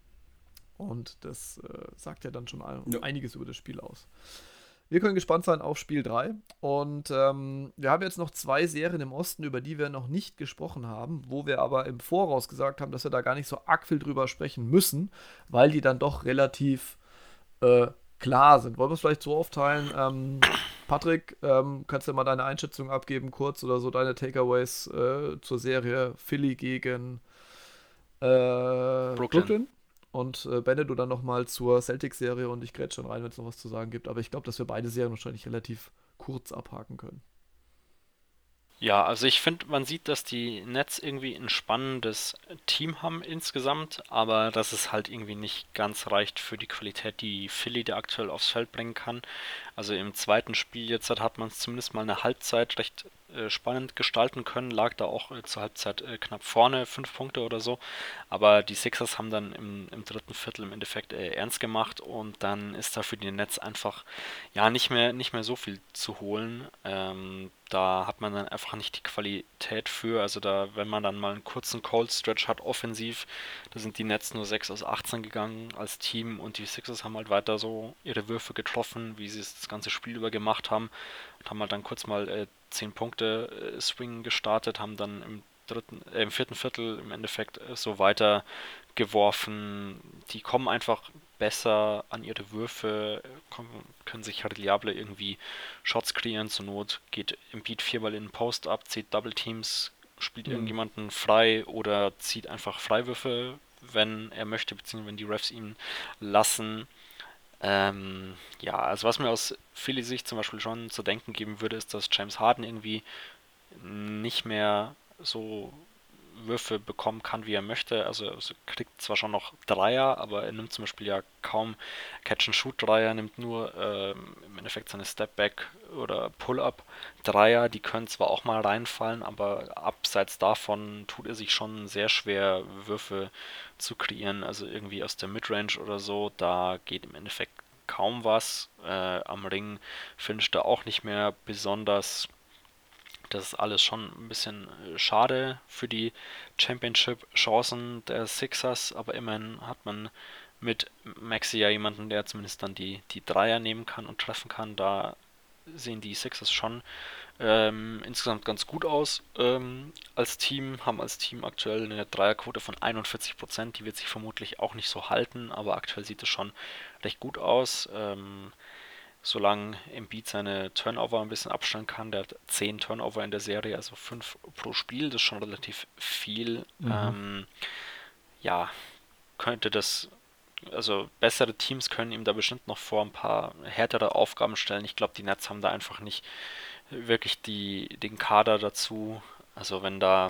A: Und das äh, sagt ja dann schon ein,
B: Ja.
A: einiges über das Spiel aus. Wir können gespannt sein auf Spiel drei. Und ähm, wir haben jetzt noch zwei Serien im Osten, über die wir noch nicht gesprochen haben, wo wir aber im Voraus gesagt haben, dass wir da gar nicht so arg viel drüber sprechen müssen, weil die dann doch relativ äh, klar sind. Wollen wir es vielleicht so aufteilen? Ähm, Patrick, ähm, kannst du mal deine Einschätzung abgeben, kurz oder so deine Takeaways äh, zur Serie Philly gegen äh,
C: Brooklyn.
A: Brooklyn? Und äh, Benne, du dann nochmal zur Celtics-Serie und ich grätsch schon rein, wenn es noch was zu sagen gibt. Aber ich glaube, dass wir beide Serien wahrscheinlich relativ kurz abhaken können.
C: Ja, also ich finde, man sieht, dass die Nets irgendwie ein spannendes Team haben insgesamt, aber dass es halt irgendwie nicht ganz reicht für die Qualität, die Philly da aktuell aufs Feld bringen kann. Also im zweiten Spiel jetzt hat man es zumindest mal eine Halbzeit recht äh, spannend gestalten können, lag da auch äh, zur Halbzeit äh, knapp vorne, fünf Punkte oder so. Aber die Sixers haben dann im, im dritten Viertel im Endeffekt äh, ernst gemacht und dann ist da für die Nets einfach ja nicht mehr, nicht mehr so viel zu holen. Ähm, da hat man dann einfach nicht die Qualität für. Also da, wenn man dann mal einen kurzen Cold Stretch hat, offensiv, da sind die Nets nur sechs aus achtzehn gegangen als Team und die Sixers haben halt weiter so ihre Würfe getroffen, wie sie es das ganze Spiel über gemacht haben. Und haben halt dann kurz mal äh, zehn Punkte äh, Swing gestartet, haben dann im dritten, äh, im vierten Viertel im Endeffekt äh, so weiter geworfen. Die kommen einfach besser an ihre Würfe, kommen, können sich reliable irgendwie Shots kreieren. Zur Not geht Embiid viermal in den Post ab, zieht Double Teams, spielt
A: Mhm.
C: irgendjemanden frei oder zieht einfach Freiwürfe, wenn er möchte, beziehungsweise wenn die Refs ihn lassen. Ähm, ja, also was mir aus Philly Sicht zum Beispiel schon zu denken geben würde, ist, dass James Harden irgendwie nicht mehr so Würfe bekommen kann, wie er möchte. Also er kriegt zwar schon noch Dreier, aber er nimmt zum Beispiel ja kaum Catch-and-Shoot-Dreier, nimmt nur ähm, im Endeffekt seine Step-Back- oder Pull-Up-Dreier. Die können zwar auch mal reinfallen, aber abseits davon tut er sich schon sehr schwer, Würfe zu kreieren. Also irgendwie aus der Midrange oder so, da geht im Endeffekt kaum was. Äh, am Ring finisht er auch nicht mehr besonders. Das ist alles schon ein bisschen äh, schade für die Championship-Chancen der Sixers, aber immerhin hat man mit Maxey ja jemanden, der zumindest dann die, die Dreier nehmen kann und treffen kann. Da sehen die Sixers schon ähm, insgesamt ganz gut aus ähm, als Team, haben als Team aktuell eine Dreierquote von einundvierzig Prozent, die wird sich vermutlich auch nicht so halten, aber aktuell sieht es schon recht gut aus. Ähm, solange Embiid seine Turnover ein bisschen abstellen kann. Der hat zehn Turnover in der Serie, also fünf pro Spiel, das ist schon relativ viel.
A: Mhm.
C: Ähm, ja, könnte das, also bessere Teams können ihm da bestimmt noch vor ein paar härtere Aufgaben stellen. Ich glaube, die Nets haben da einfach nicht wirklich die, den Kader dazu. Also wenn da,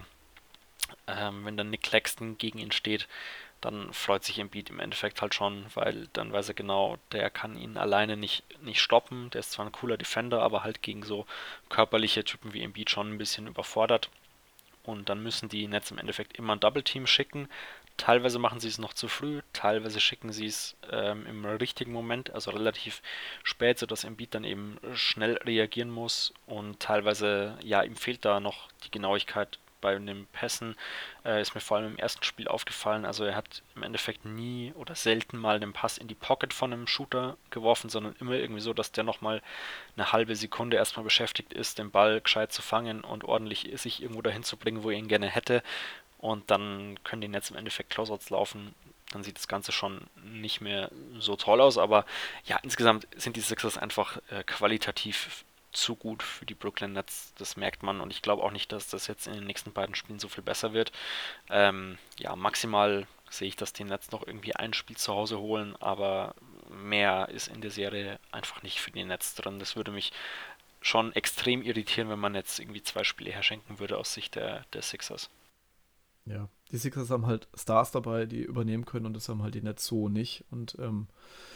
C: ähm, wenn da Nick Claxton gegen ihn steht, dann freut sich Embiid im Endeffekt halt schon, weil dann weiß er genau, der kann ihn alleine nicht, nicht stoppen. Der ist zwar ein cooler Defender, aber halt gegen so körperliche Typen wie Embiid schon ein bisschen überfordert. Und dann müssen die Nets im Endeffekt immer ein Double Team schicken. Teilweise machen sie es noch zu früh, teilweise schicken sie es ähm, im richtigen Moment, also relativ spät, sodass Embiid dann eben schnell reagieren muss und teilweise, ja, ihm fehlt da noch die Genauigkeit bei den Pässen, äh, ist mir vor allem im ersten Spiel aufgefallen, also er hat im Endeffekt nie oder selten mal einen Pass in die Pocket von einem Shooter geworfen, sondern immer irgendwie so, dass der nochmal eine halbe Sekunde erstmal beschäftigt ist, den Ball gescheit zu fangen und ordentlich sich irgendwo dahin zu bringen, wo er ihn gerne hätte. Und dann können die Nets im Endeffekt Closeouts laufen. Dann sieht das Ganze schon nicht mehr so toll aus. Aber ja, insgesamt sind die Sixers einfach äh, qualitativ zu gut für die Brooklyn Nets. Das merkt man. Und ich glaube auch nicht, dass das jetzt in den nächsten beiden Spielen so viel besser wird. Ähm, ja, maximal sehe ich, dass die Nets noch irgendwie ein Spiel zu Hause holen. Aber mehr ist in der Serie einfach nicht für die Nets drin. Das würde mich schon extrem irritieren, wenn man jetzt irgendwie zwei Spiele herschenken würde aus Sicht der, der Sixers.
A: Ja, die Sixers haben halt Stars dabei, die übernehmen können und das haben halt die Nets so nicht. Und ähm,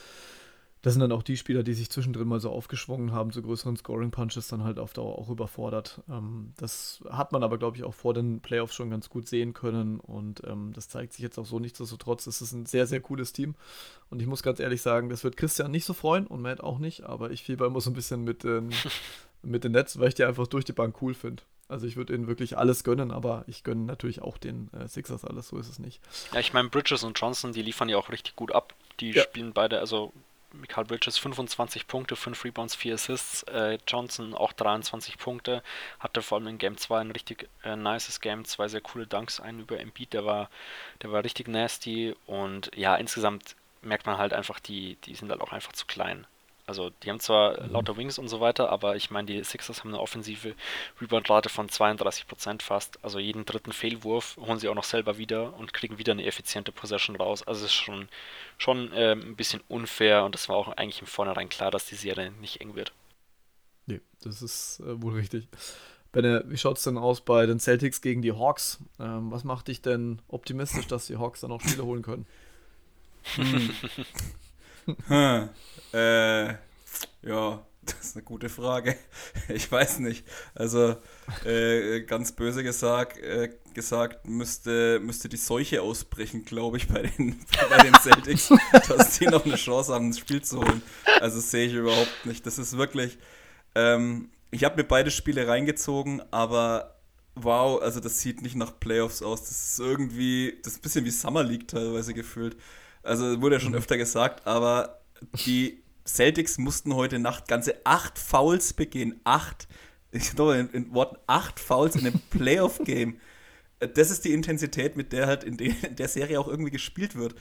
A: das sind dann auch die Spieler, die sich zwischendrin mal so aufgeschwungen haben, zu größeren Scoring-Punches dann halt auf Dauer auch überfordert. Ähm, das hat man aber, glaube ich, auch vor den Playoffs schon ganz gut sehen können und ähm, das zeigt sich jetzt auch so. Nichtsdestotrotz ist es ein sehr, sehr cooles Team und ich muss ganz ehrlich sagen, das wird Christian nicht so freuen und Matt auch nicht, aber ich fieber immer so ein bisschen mit den, mit den Nets, weil ich die einfach durch die Bank cool finde. Also ich würde ihnen wirklich alles gönnen, aber ich gönne natürlich auch den äh, Sixers alles, so ist es nicht.
C: Ja, ich meine, Bridges und Johnson, die liefern ja auch richtig gut ab. Die ja. spielen beide, also Mikal Bridges fünfundzwanzig Punkte, fünf Rebounds, vier Assists. Äh, Johnson auch dreiundzwanzig Punkte, hatte vor allem in Game zwei ein richtig äh, nices Game, zwei sehr coole Dunks, einen über Embiid, der war, der war richtig nasty und ja, insgesamt merkt man halt einfach, die, die sind halt auch einfach zu klein. Also die haben zwar mhm. lauter Wings und so weiter, aber ich meine, die Sixers haben eine offensive Rebound-Rate von zweiunddreißig Prozent fast. Also jeden dritten Fehlwurf holen sie auch noch selber wieder und kriegen wieder eine effiziente Possession raus. Also es ist schon, schon äh, ein bisschen unfair und das war auch eigentlich im Vornherein klar, dass die Serie nicht eng wird.
A: Nee, das ist äh, wohl richtig. Benne, wie schaut es denn aus bei den Celtics gegen die Hawks? Ähm, was macht dich denn optimistisch, dass die Hawks dann auch Spiele holen können?
B: Hm. hm. Äh, ja, das ist eine gute Frage. Ich weiß nicht. Also, äh, ganz böse gesagt, äh, gesagt müsste, müsste die Seuche ausbrechen, glaube ich, bei den, bei den Celtics, dass die noch eine Chance haben, das Spiel zu holen. Also, das sehe ich überhaupt nicht. Das ist wirklich, ähm, ich habe mir beide Spiele reingezogen, aber wow, also das sieht nicht nach Playoffs aus. Das ist irgendwie, das ist ein bisschen wie Summer League teilweise gefühlt. Also, wurde ja schon öfter gesagt, aber die Celtics mussten heute Nacht ganze acht Fouls begehen. Acht. Ich glaube, in, in Worten acht Fouls in einem Playoff-Game. Das ist die Intensität, mit der halt in, de, in der Serie auch irgendwie gespielt wird.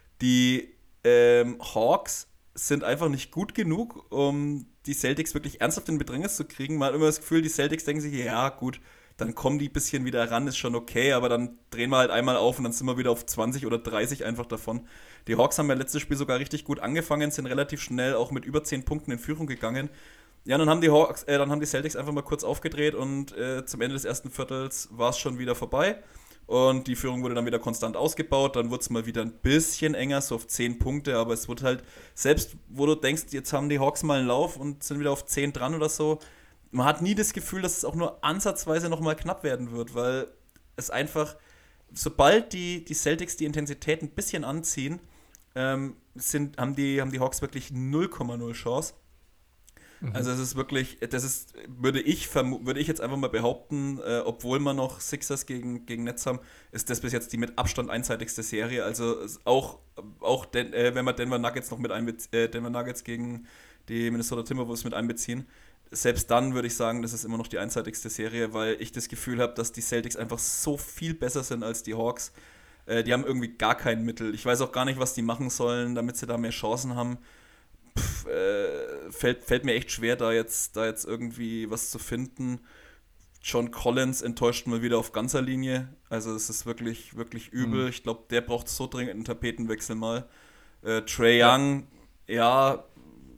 B: Die ähm, Hawks sind einfach nicht gut genug, um die Celtics wirklich ernsthaft in Bedrängnis zu kriegen. Man hat immer das Gefühl, die Celtics denken sich, ja gut, dann kommen die ein bisschen wieder ran, ist schon okay, aber dann drehen wir halt einmal auf und dann sind wir wieder auf zwanzig oder dreißig einfach davon. Die Hawks haben ja letztes Spiel sogar richtig gut angefangen, sind relativ schnell auch mit über zehn Punkten in Führung gegangen. Ja, dann haben die Hawks, äh, dann haben die Celtics einfach mal kurz aufgedreht und äh, zum Ende des ersten Viertels war es schon wieder vorbei und die Führung wurde dann wieder konstant ausgebaut, dann wurde es mal wieder ein bisschen enger, so auf zehn Punkte, aber es wurde halt, selbst wo du denkst, jetzt haben die Hawks mal einen Lauf und sind wieder auf zehn dran oder so, man hat nie das Gefühl, dass es auch nur ansatzweise nochmal knapp werden wird, weil es einfach, sobald die, die Celtics die Intensität ein bisschen anziehen, ähm, sind, haben, die, haben die Hawks wirklich null Komma null Chance. Mhm. Also es ist wirklich, das ist, würde ich, vermu- würde ich jetzt einfach mal behaupten, äh, obwohl wir noch Sixers gegen, gegen Nets haben, ist das bis jetzt die mit Abstand einseitigste Serie. Also auch, auch den, äh, wenn wir Denver Nuggets noch mit einbeziehen, äh, Denver Nuggets gegen die Minnesota Timberwolves mit einbeziehen, selbst dann würde ich sagen, das ist immer noch die einseitigste Serie, weil ich das Gefühl habe, dass die Celtics einfach so viel besser sind als die Hawks. Äh, die haben irgendwie gar kein Mittel. Ich weiß auch gar nicht, was die machen sollen, damit sie da mehr Chancen haben. Pff, äh, fällt, fällt mir echt schwer, da jetzt, da jetzt irgendwie was zu finden. John Collins enttäuscht mal wieder auf ganzer Linie. Also es ist wirklich, wirklich übel. Mhm. Ich glaube, der braucht so dringend einen Tapetenwechsel mal. Äh, Trae Young, ja, ja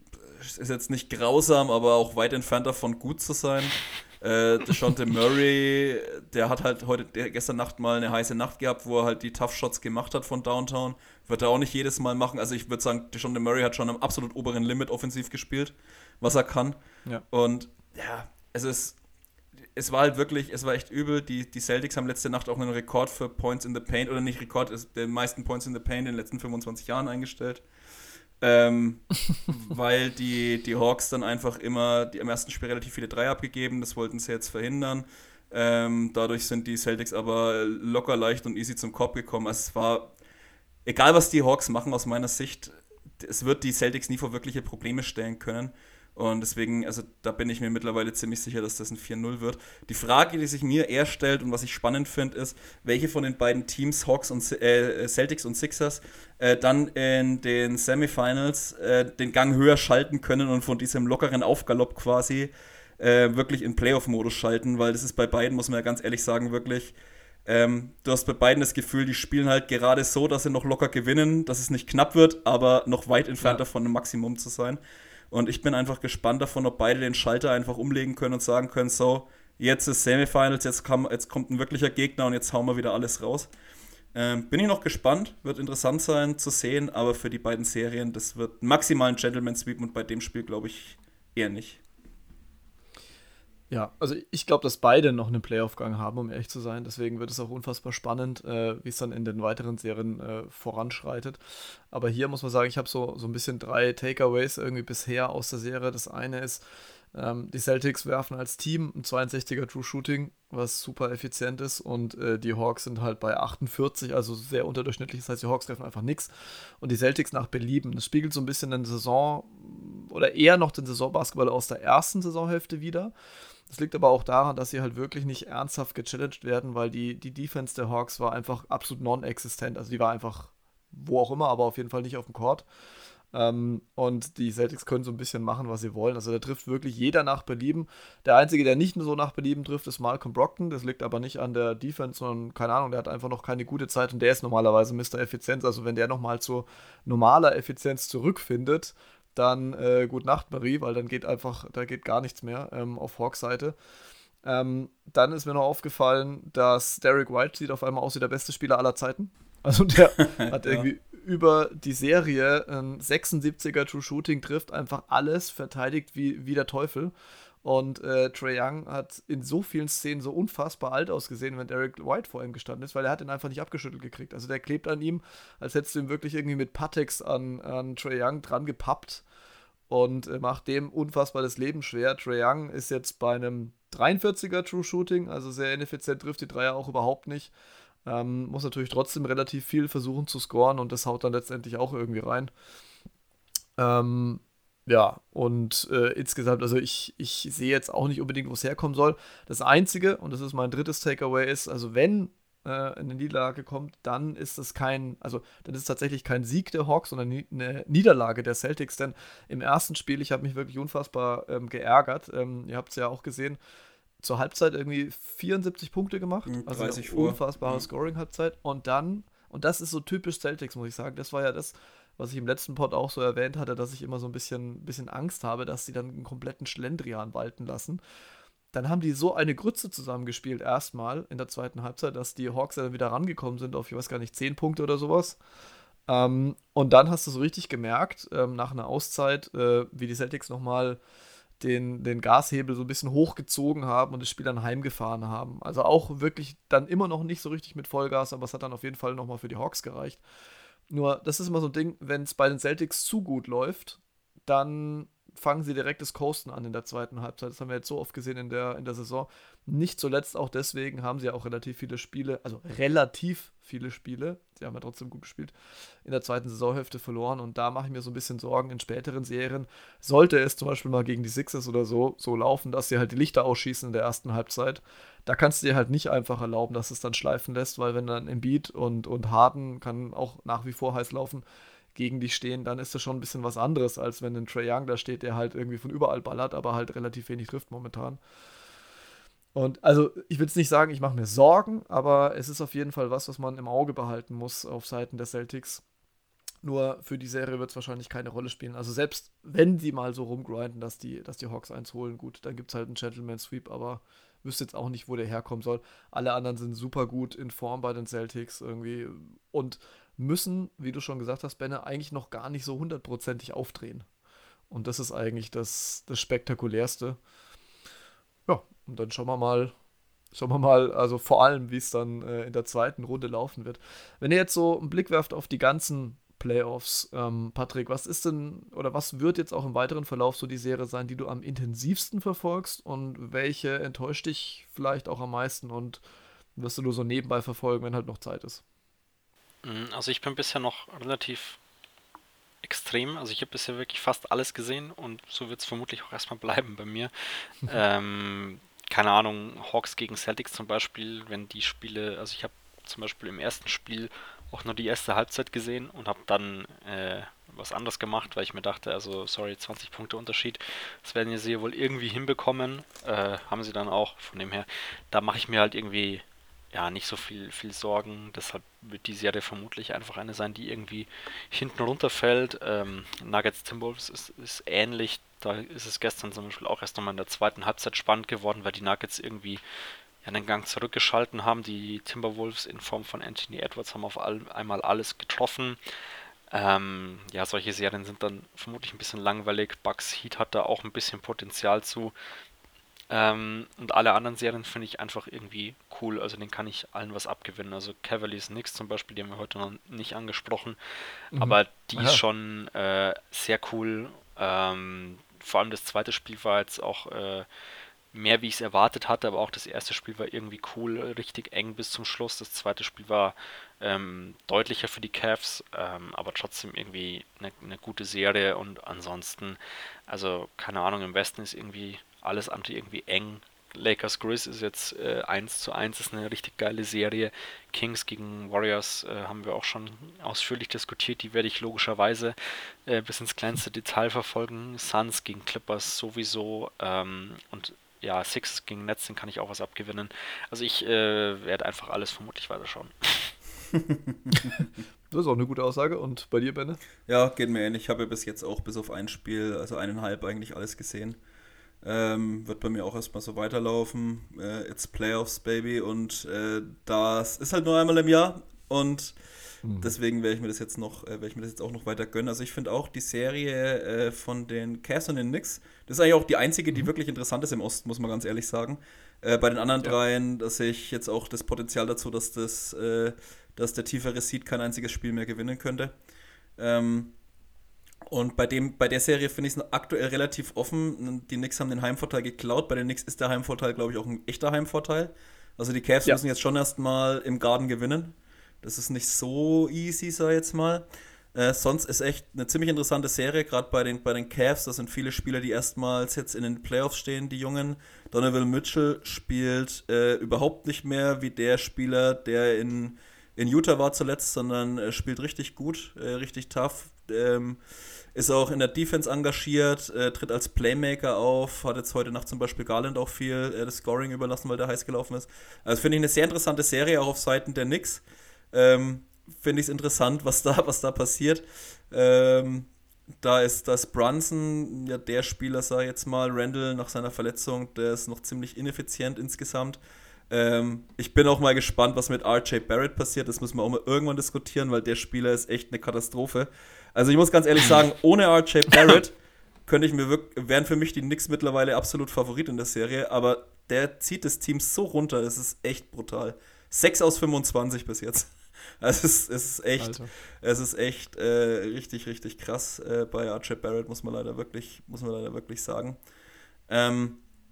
B: ist jetzt nicht grausam, aber auch weit entfernt davon, gut zu sein. Äh, DeJounte Murray, der hat halt heute, der, gestern Nacht mal eine heiße Nacht gehabt, wo er halt die Tough Shots gemacht hat von Downtown. Wird er auch nicht jedes Mal machen. Also ich würde sagen, DeJounte Murray hat schon am absolut oberen Limit offensiv gespielt, was er kann. Ja. Und ja, es ist, es war halt wirklich, es war echt übel. Die, die Celtics haben letzte Nacht auch einen Rekord für Points in the Paint, oder nicht Rekord, ist den meisten Points in the Paint in den letzten fünfundzwanzig Jahren eingestellt. Ähm, weil die, die Hawks dann einfach immer, die am ersten Spiel relativ viele Dreier abgegeben, das wollten sie jetzt verhindern. Ähm, dadurch sind die Celtics aber locker, leicht und easy zum Korb gekommen. Also es war, egal was die Hawks machen aus meiner Sicht, es wird die Celtics nie vor wirkliche Probleme stellen können. Und deswegen, also da bin ich mir mittlerweile ziemlich sicher, dass das ein vier null wird. Die Frage, die sich mir eher stellt und was ich spannend finde, ist, welche von den beiden Teams, Hawks und äh, Celtics und Sixers, äh, dann in den Semifinals äh, den Gang höher schalten können und von diesem lockeren Aufgalopp quasi äh, wirklich in Playoff-Modus schalten, weil das ist bei beiden, muss man ja ganz ehrlich sagen, wirklich, ähm, du hast bei beiden das Gefühl, die spielen halt gerade so, dass sie noch locker gewinnen, dass es nicht knapp wird, aber noch weit entfernt ja. davon, ein Maximum zu sein. Und ich bin einfach gespannt davon, ob beide den Schalter einfach umlegen können und sagen können, so, jetzt ist Semifinals, jetzt, kam, jetzt kommt ein wirklicher Gegner und jetzt hauen wir wieder alles raus. Ähm, bin ich noch gespannt, wird interessant sein zu sehen, aber für die beiden Serien, das wird maximal ein Gentleman-Sweep und bei dem Spiel glaube ich eher nicht.
A: Ja, also ich glaube, dass beide noch einen Playoff-Gang haben, um ehrlich zu sein. Deswegen wird es auch unfassbar spannend, äh, wie es dann in den weiteren Serien äh, voranschreitet. Aber hier muss man sagen, ich habe so, so ein bisschen drei Takeaways irgendwie bisher aus der Serie. Das eine ist, ähm, die Celtics werfen als Team ein zweiundsechziger True Shooting, was super effizient ist. Und äh, die Hawks sind halt bei achtundvierzig, also sehr unterdurchschnittlich. Das heißt, die Hawks treffen einfach nichts. Und die Celtics nach Belieben. Das spiegelt so ein bisschen den Saison, oder eher noch den Saisonbasketball aus der ersten Saisonhälfte wieder. Das liegt aber auch daran, dass sie halt wirklich nicht ernsthaft gechallenged werden, weil die, die Defense der Hawks war einfach absolut non-existent. Also die war einfach wo auch immer, aber auf jeden Fall nicht auf dem Court. Ähm, und die Celtics können so ein bisschen machen, was sie wollen. Also da trifft wirklich jeder nach Belieben. Der Einzige, der nicht so nach Belieben trifft, ist Malcolm Brogdon. Das liegt aber nicht an der Defense, sondern, keine Ahnung, der hat einfach noch keine gute Zeit und der ist normalerweise Mister Effizienz. Also wenn der nochmal zu normaler Effizienz zurückfindet, dann äh, gut Nacht, Marie, weil dann geht einfach, da geht gar nichts mehr ähm, auf Hawks Seite. Ähm, dann ist mir noch aufgefallen, dass Derek White sieht auf einmal aus wie der beste Spieler aller Zeiten. Also der hat
B: Ja.
A: irgendwie über die Serie ein sechsundsiebziger True Shooting, trifft einfach alles, verteidigt wie, wie der Teufel. Und äh, Trae Young hat in so vielen Szenen so unfassbar alt ausgesehen, wenn Derek White vor ihm gestanden ist, weil er hat ihn einfach nicht abgeschüttelt gekriegt. Also der klebt an ihm, als hättest du ihm wirklich irgendwie mit Pateks an, an Trae Young dran gepappt und äh, macht dem unfassbar das Leben schwer. Trae Young ist jetzt bei einem dreiundvierziger True Shooting, also sehr ineffizient, trifft die Dreier auch überhaupt nicht. Ähm, muss natürlich trotzdem relativ viel versuchen zu scoren und das haut dann letztendlich auch irgendwie rein. Ähm, ja, und äh, insgesamt, also ich, ich sehe jetzt auch nicht unbedingt, wo es herkommen soll. Das Einzige, und das ist mein drittes Takeaway, ist, also wenn äh, eine Niederlage kommt, dann ist es kein, also dann ist es tatsächlich kein Sieg der Hawks, sondern nie- eine Niederlage der Celtics, denn im ersten Spiel, ich habe mich wirklich unfassbar ähm, geärgert. Ähm, ihr habt es ja auch gesehen, zur Halbzeit irgendwie vierundsiebzig Punkte gemacht,
B: Mhm,
A: also
B: dreißig
A: eine
B: vor.
A: unfassbare
B: Mhm.
A: Scoring-Halbzeit und dann, und das ist so typisch Celtics, muss ich sagen, das war ja das, was ich im letzten Pod auch so erwähnt hatte, dass ich immer so ein bisschen, bisschen Angst habe, dass sie dann einen kompletten Schlendrian walten lassen. Dann haben die so eine Grütze zusammengespielt erstmal in der zweiten Halbzeit, dass die Hawks ja dann wieder rangekommen sind auf, ich weiß gar nicht, zehn Punkte oder sowas. Ähm, und dann hast du so richtig gemerkt, ähm, nach einer Auszeit, äh, wie die Celtics nochmal den, den Gashebel so ein bisschen hochgezogen haben und das Spiel dann heimgefahren haben. Also auch wirklich dann immer noch nicht so richtig mit Vollgas, aber es hat dann auf jeden Fall nochmal für die Hawks gereicht. Nur, das ist immer so ein Ding, wenn es bei den Celtics zu gut läuft, dann fangen sie direkt das Coasten an in der zweiten Halbzeit. Das haben wir jetzt so oft gesehen in der, in der Saison. Nicht zuletzt auch deswegen haben sie ja auch relativ viele Spiele, also relativ viele Spiele, sie haben ja trotzdem gut gespielt, in der zweiten Saisonhälfte verloren. Und da mache ich mir so ein bisschen Sorgen in späteren Serien. Sollte es zum Beispiel mal gegen die Sixers oder so, so laufen, dass sie halt die Lichter ausschießen in der ersten Halbzeit, da kannst du dir halt nicht einfach erlauben, dass es dann schleifen lässt, weil wenn dann Embiid und, und Harden kann auch nach wie vor heiß laufen, gegen dich stehen, dann ist das schon ein bisschen was anderes, als wenn ein Trae Young da steht, der halt irgendwie von überall ballert, aber halt relativ wenig trifft momentan. Und also, ich will jetzt nicht sagen, ich mache mir Sorgen, aber es ist auf jeden Fall was, was man im Auge behalten muss auf Seiten der Celtics. Nur für die Serie wird es wahrscheinlich keine Rolle spielen. Also selbst wenn sie mal so rumgrinden, dass die, dass die Hawks eins holen, gut, dann gibt es halt einen Gentleman Sweep, aber wüsste jetzt auch nicht, wo der herkommen soll. Alle anderen sind super gut in Form bei den Celtics irgendwie und müssen, wie du schon gesagt hast, Benne, eigentlich noch gar nicht so hundertprozentig aufdrehen. Und das ist eigentlich das, das Spektakulärste. Ja, und dann schauen wir mal, schauen wir mal, also vor allem, wie es dann äh, in der zweiten Runde laufen wird. Wenn ihr jetzt so einen Blick werft auf die ganzen Playoffs, ähm, Patrick, was ist denn oder was wird jetzt auch im weiteren Verlauf so die Serie sein, die du am intensivsten verfolgst und welche enttäuscht dich vielleicht auch am meisten und wirst du nur so nebenbei verfolgen, wenn halt noch Zeit ist?
C: Also ich bin bisher noch relativ extrem, also ich habe bisher wirklich fast alles gesehen und so wird es vermutlich auch erstmal bleiben bei mir. ähm, keine Ahnung, Hawks gegen Celtics zum Beispiel, wenn die Spiele, also ich habe zum Beispiel im ersten Spiel auch nur die erste Halbzeit gesehen und habe dann äh, was anderes gemacht, weil ich mir dachte, also sorry, zwanzig Punkte Unterschied, das werden sie ja wohl irgendwie hinbekommen, äh, haben sie dann auch, von dem her, da mache ich mir halt irgendwie ja nicht so viel, viel Sorgen, deshalb wird die Serie vermutlich einfach eine sein, die irgendwie hinten runterfällt. Ähm, Nuggets Timberwolves ist, ist ähnlich, da ist es gestern zum Beispiel auch erst nochmal in der zweiten Halbzeit spannend geworden, weil die Nuggets irgendwie ja, den Gang zurückgeschalten haben. Die Timberwolves in Form von Anthony Edwards haben auf all, einmal alles getroffen. Ähm, ja, solche Serien sind dann vermutlich ein bisschen langweilig. Bucks Heat hat da auch ein bisschen Potenzial zu. Ähm, und alle anderen Serien finde ich einfach irgendwie cool. Also den kann ich allen was abgewinnen. Also Cavaliers Knicks zum Beispiel, die haben wir heute noch nicht angesprochen.
A: Mhm.
C: Aber die
A: Aha.
C: ist schon äh, sehr cool. Ähm, vor allem das zweite Spiel war jetzt auch äh, mehr, wie ich es erwartet hatte, aber auch das erste Spiel war irgendwie cool, richtig eng bis zum Schluss. Das zweite Spiel war ähm, deutlicher für die Cavs, ähm, aber trotzdem irgendwie eine, eine gute Serie und ansonsten, also keine Ahnung, im Westen ist irgendwie alles andere irgendwie eng. Lakers Grizz ist jetzt äh, eins zu eins, ist eine richtig geile Serie. Kings gegen Warriors äh, haben wir auch schon ausführlich diskutiert, die werde ich logischerweise äh, bis ins kleinste Detail verfolgen. Suns gegen Clippers sowieso ähm, und ja, Sixers gegen Nets, den kann ich auch was abgewinnen. Also ich äh, werde einfach alles vermutlich weiterschauen.
A: Das ist auch eine gute Aussage. Und bei dir, Benne?
B: Ja, geht mir ähnlich. Ich habe ja bis jetzt auch bis auf ein Spiel, also eineinhalb eigentlich alles gesehen. Ähm, wird bei mir auch erstmal so weiterlaufen. Äh, it's Playoffs, Baby. Und äh, das ist halt nur einmal im Jahr. Und mhm. deswegen werde ich mir das jetzt noch, äh, werde ich mir das jetzt auch noch weiter gönnen. Also ich finde auch die Serie äh, von den Cavs und den Knicks, das ist eigentlich auch die einzige, die mhm. wirklich interessant ist im Osten, muss man ganz ehrlich sagen. Äh, bei den anderen ja. dreien, da sehe ich jetzt auch das Potenzial dazu, dass das, äh, dass der tiefere Seed kein einziges Spiel mehr gewinnen könnte. Ähm, Und bei dem, bei der Serie finde ich es aktuell relativ offen. Die Knicks haben den Heimvorteil geklaut. Bei den Knicks ist der Heimvorteil, glaube ich, auch ein echter Heimvorteil. Also die Cavs ja. müssen jetzt schon erstmal im Garden gewinnen. Das ist nicht so easy, sag ich jetzt mal. Äh, sonst ist echt eine ziemlich interessante Serie, gerade bei den, bei den Cavs. Das sind viele Spieler, die erstmals jetzt in den Playoffs stehen, die Jungen. Donovan Mitchell spielt äh, überhaupt nicht mehr wie der Spieler, der in, in Utah war zuletzt, sondern äh, spielt richtig gut, äh, richtig tough. Ähm, ist auch in der Defense engagiert, äh, tritt als Playmaker auf, hat jetzt heute Nacht zum Beispiel Garland auch viel äh, das Scoring überlassen, weil der heiß gelaufen ist. Also finde ich eine sehr interessante Serie, auch auf Seiten der Knicks. Ähm, finde ich es interessant, was da, was da passiert. Ähm, da ist das Brunson, ja der Spieler, sag ich jetzt mal, Randall nach seiner Verletzung, der ist noch ziemlich ineffizient insgesamt. Ähm, ich bin auch mal gespannt, was mit R J Barrett passiert. Das müssen wir auch mal irgendwann diskutieren, weil der Spieler ist echt eine Katastrophe. Also ich muss ganz ehrlich sagen, ohne R J Barrett könnte ich mir wirklich, wären für mich die Knicks mittlerweile absolut Favorit in der Serie, aber der zieht das Team so runter, das ist echt brutal. sechs aus fünfundzwanzig bis jetzt. Also es ist, es ist echt, Alter. es ist echt äh, richtig, richtig krass äh, bei R J Barrett, muss man leider wirklich, muss man leider wirklich sagen. Ähm,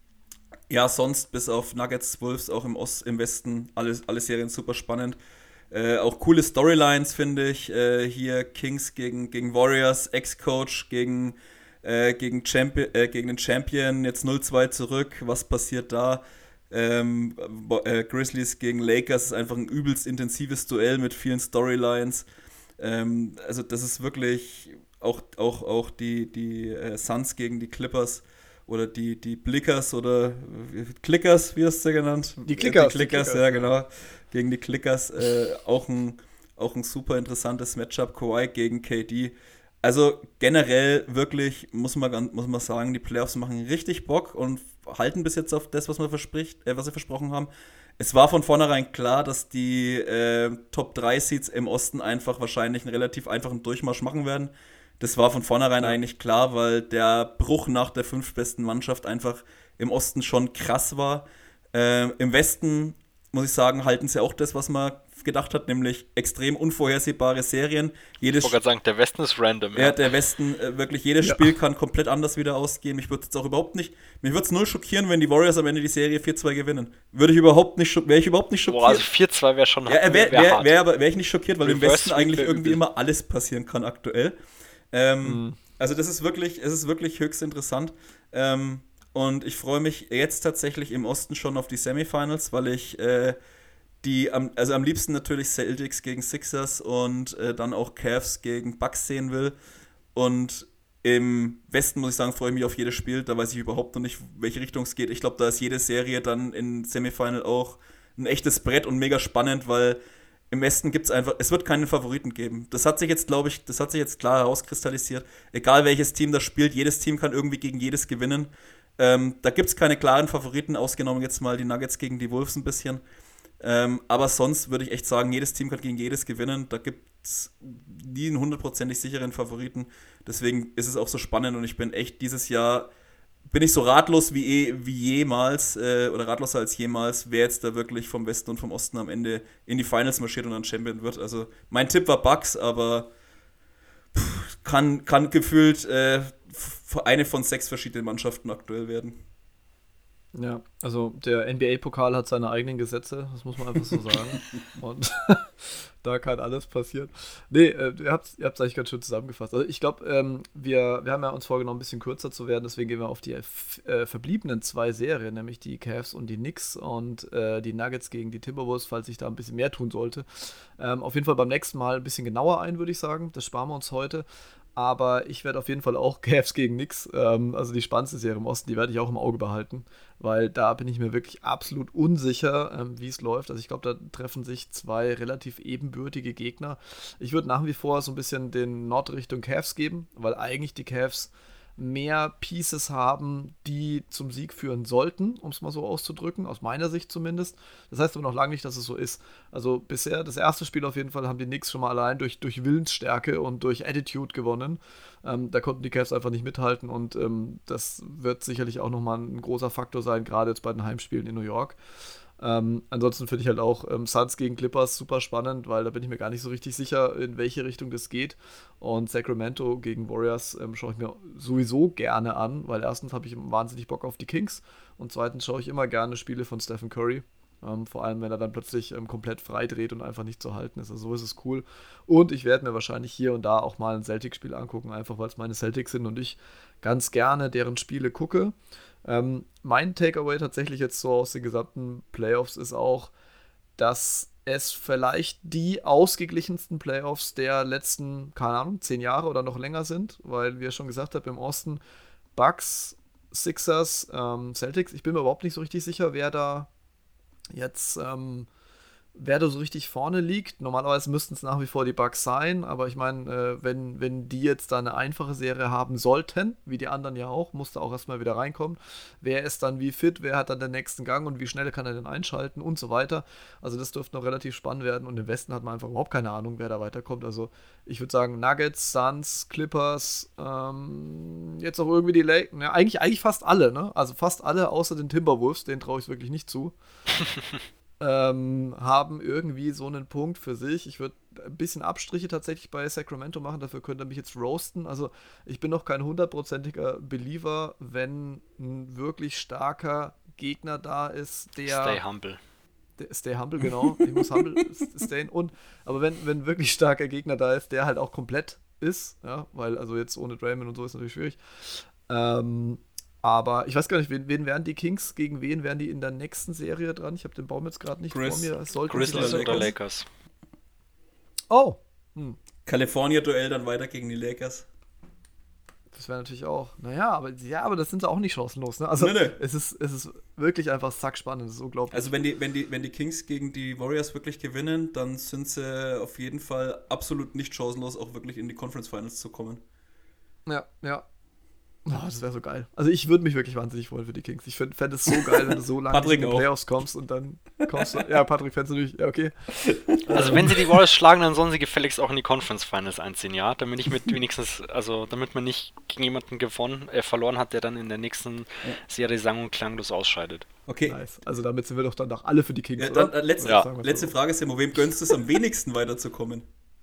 B: ja, sonst bis auf Nuggets, Wolves auch im Ost, im Westen, alle, alle Serien super spannend. Äh, auch coole Storylines, finde ich. Äh, hier Kings gegen, gegen Warriors, Ex-Coach gegen, äh, gegen, Champion, äh, gegen den Champion, jetzt null zwei zurück. Was passiert da? Ähm, äh, Grizzlies gegen Lakers ist einfach ein übelst intensives Duell mit vielen Storylines. Ähm, also das ist wirklich auch, auch, auch die, die äh, Suns gegen die Clippers oder die, die Blickers oder Clickers, wie hast du genannt?
A: Die Clickers.
B: Die Clickers, ja genau. Gegen die Clickers äh, auch, ein, auch ein super interessantes Matchup. Kawhi gegen K D. Also generell wirklich, muss man, muss man sagen, die Playoffs machen richtig Bock und halten bis jetzt auf das, was man verspricht, äh, was sie versprochen haben. Es war von vornherein klar, dass die äh, Top drei Seeds im Osten einfach wahrscheinlich einen relativ einfachen Durchmarsch machen werden. Das war von vornherein ja. eigentlich klar, weil der Bruch nach der fünftbesten Mannschaft einfach im Osten schon krass war. Äh, Im Westen, muss ich sagen, halten sie auch das, was man gedacht hat, nämlich extrem unvorhersehbare Serien. Jedes
C: ich wollte gerade sagen, der Westen ist random.
B: Ja, ja der Westen, äh, wirklich jedes ja. Spiel kann komplett anders wieder ausgehen. Mich würde es auch überhaupt nicht, mich würde es null schockieren, wenn die Warriors am Ende die Serie vier zwei gewinnen. Würde ich überhaupt nicht, wäre ich überhaupt nicht schockiert. Boah,
C: also vier zwei wäre schon
B: ja, wäre wär, wär, wär, aber wäre ich nicht schockiert, weil Reverse im Westen eigentlich irgendwie übel. Immer alles passieren kann aktuell. Ähm, mhm. Also das ist wirklich, es ist wirklich höchst interessant. Ähm, und ich freue mich jetzt tatsächlich im Osten schon auf die Semifinals, weil ich äh, die, am, also am liebsten natürlich Celtics gegen Sixers und äh, dann auch Cavs gegen Bucks sehen will. Und im Westen, muss ich sagen, freue ich mich auf jedes Spiel. Da weiß ich überhaupt noch nicht, welche Richtung es geht. Ich glaube, da ist jede Serie dann in Semifinal auch ein echtes Brett und mega spannend, weil im Westen gibt es einfach, es wird keinen Favoriten geben. Das hat sich jetzt, glaube ich, das hat sich jetzt klar herauskristallisiert. Egal welches Team das spielt, jedes Team kann irgendwie gegen jedes gewinnen. Ähm, da gibt es keine klaren Favoriten, ausgenommen jetzt mal die Nuggets gegen die Wolves ein bisschen. Ähm, aber sonst würde ich echt sagen, jedes Team kann gegen jedes gewinnen. Da gibt es nie einen hundertprozentig sicheren Favoriten. Deswegen ist es auch so spannend und ich bin echt dieses Jahr, bin ich so ratlos wie, eh, wie jemals äh, oder ratloser als jemals, wer jetzt da wirklich vom Westen und vom Osten am Ende in die Finals marschiert und dann Champion wird. Also mein Tipp war Bucks, aber pff, kann, kann gefühlt äh, eine von sechs verschiedenen Mannschaften aktuell werden.
A: Ja, also der N B A-Pokal hat seine eigenen Gesetze, das muss man einfach so sagen. Und da kann alles passieren. Nee, äh, ihr habt es eigentlich ganz schön zusammengefasst. Also ich glaube, ähm, wir, wir haben ja uns vorgenommen, ein bisschen kürzer zu werden, deswegen gehen wir auf die äh, verbliebenen zwei Serien, nämlich die Cavs und die Knicks und äh, die Nuggets gegen die Timberwolves, falls ich da ein bisschen mehr tun sollte. Ähm, auf jeden Fall beim nächsten Mal ein bisschen genauer ein, würde ich sagen. Das sparen wir uns heute. Aber ich werde auf jeden Fall auch Cavs gegen Knicks, ähm, also die spannendste Serie im Osten, die werde ich auch im Auge behalten, weil da bin ich mir wirklich absolut unsicher, ähm, wie es läuft. Also ich glaube, da treffen sich zwei relativ ebenbürtige Gegner. Ich würde nach wie vor so ein bisschen den Nordrichtung Cavs geben, weil eigentlich die Cavs mehr Pieces haben, die zum Sieg führen sollten, um es mal so auszudrücken, aus meiner Sicht zumindest. Das heißt aber noch lange nicht, dass es so ist. Also bisher, das erste Spiel auf jeden Fall, haben die Knicks schon mal allein durch, durch Willensstärke und durch Attitude gewonnen. Ähm, da konnten die Cavs einfach nicht mithalten und ähm, das wird sicherlich auch nochmal ein großer Faktor sein, gerade jetzt bei den Heimspielen in New York. Ähm, ansonsten finde ich halt auch ähm, Suns gegen Clippers super spannend, weil da bin ich mir gar nicht so richtig sicher, in welche Richtung das geht. Und Sacramento gegen Warriors ähm, schaue ich mir sowieso gerne an, weil erstens habe ich wahnsinnig Bock auf die Kings und zweitens schaue ich immer gerne Spiele von Stephen Curry. Ähm, vor allem, wenn er dann plötzlich ähm, komplett frei dreht und einfach nicht zu halten ist. Also so ist es cool. Und ich werde mir wahrscheinlich hier und da auch mal ein Celtics-Spiel angucken, einfach weil es meine Celtics sind und ich ganz gerne deren Spiele gucke. Ähm, mein Takeaway tatsächlich jetzt so aus den gesamten Playoffs ist auch, dass es vielleicht die ausgeglichensten Playoffs der letzten, keine Ahnung, zehn Jahre oder noch länger sind, weil, wie ihr schon gesagt habt, im Osten Bucks, Sixers, ähm, Celtics, ich bin mir überhaupt nicht so richtig sicher, wer da jetzt ähm, wer da so richtig vorne liegt. Normalerweise müssten es nach wie vor die Bucks sein, aber ich meine, äh, wenn, wenn die jetzt da eine einfache Serie haben sollten, wie die anderen ja auch, muss da auch erstmal wieder reinkommen. Wer ist dann wie fit, wer hat dann den nächsten Gang und wie schnell kann er den einschalten und so weiter. Also das dürfte noch relativ spannend werden und im Westen hat man einfach überhaupt keine Ahnung, wer da weiterkommt. Also ich würde sagen Nuggets, Suns, Clippers, ähm, jetzt auch irgendwie die Lakers, ja, eigentlich, eigentlich fast alle, ne? Also fast alle außer den Timberwolves, denen traue ich es wirklich nicht zu. Ähm, haben irgendwie so einen Punkt für sich. Ich würde ein bisschen Abstriche tatsächlich bei Sacramento machen, dafür könnt ihr mich jetzt roasten. Also ich bin noch kein hundertprozentiger Believer, wenn ein wirklich starker Gegner da ist, der...
C: Stay humble.
A: Der, stay humble, genau. Ich muss humble stayen. Und, aber wenn, wenn wirklich starker Gegner da ist, der halt auch komplett ist, ja, weil also jetzt ohne Draymond und so ist natürlich schwierig. Ähm, Aber ich weiß gar nicht, wen, wen wären die Kings, gegen wen wären die in der nächsten Serie dran? Ich habe den Baum jetzt gerade nicht
B: Chris,
A: vor mir. Sollten
C: Grizzlies
A: die
C: oder Lakers.
A: Oh. Hm.
B: California-Duell dann weiter gegen die Lakers.
A: Das wäre natürlich auch. Naja, aber, ja, aber das sind sie auch nicht chancenlos. Ne? Also
B: nee, nee.
A: Es, ist, es ist wirklich einfach sackspannend. Das ist unglaublich.
B: Also wenn die, wenn, die, wenn die Kings gegen die Warriors wirklich gewinnen, dann sind sie auf jeden Fall absolut nicht chancenlos, auch wirklich in die Conference Finals zu kommen.
A: Ja, ja. Oh, das wäre so geil. Also ich würde mich wirklich wahnsinnig freuen für die Kings. Ich fände es so geil, wenn du so lange in die Playoffs kommst und dann kommst du. Ja, Patrick, fändest du nicht. Ja, okay.
C: Also wenn sie die Warriors schlagen, dann sollen sie gefälligst auch in die Conference Finals einziehen, ja? Damit ich mit wenigstens, also damit man nicht gegen jemanden gewonnen, äh, verloren hat, der dann in der nächsten ja. Serie sang- und klanglos ausscheidet.
B: Okay.
A: Nice. Also damit sind wir doch dann doch alle für die Kings,
B: ja,
A: oder?
B: Dann, äh, letzte ja. letzte Frage ist ja, wem gönnst du es am wenigsten weiterzukommen?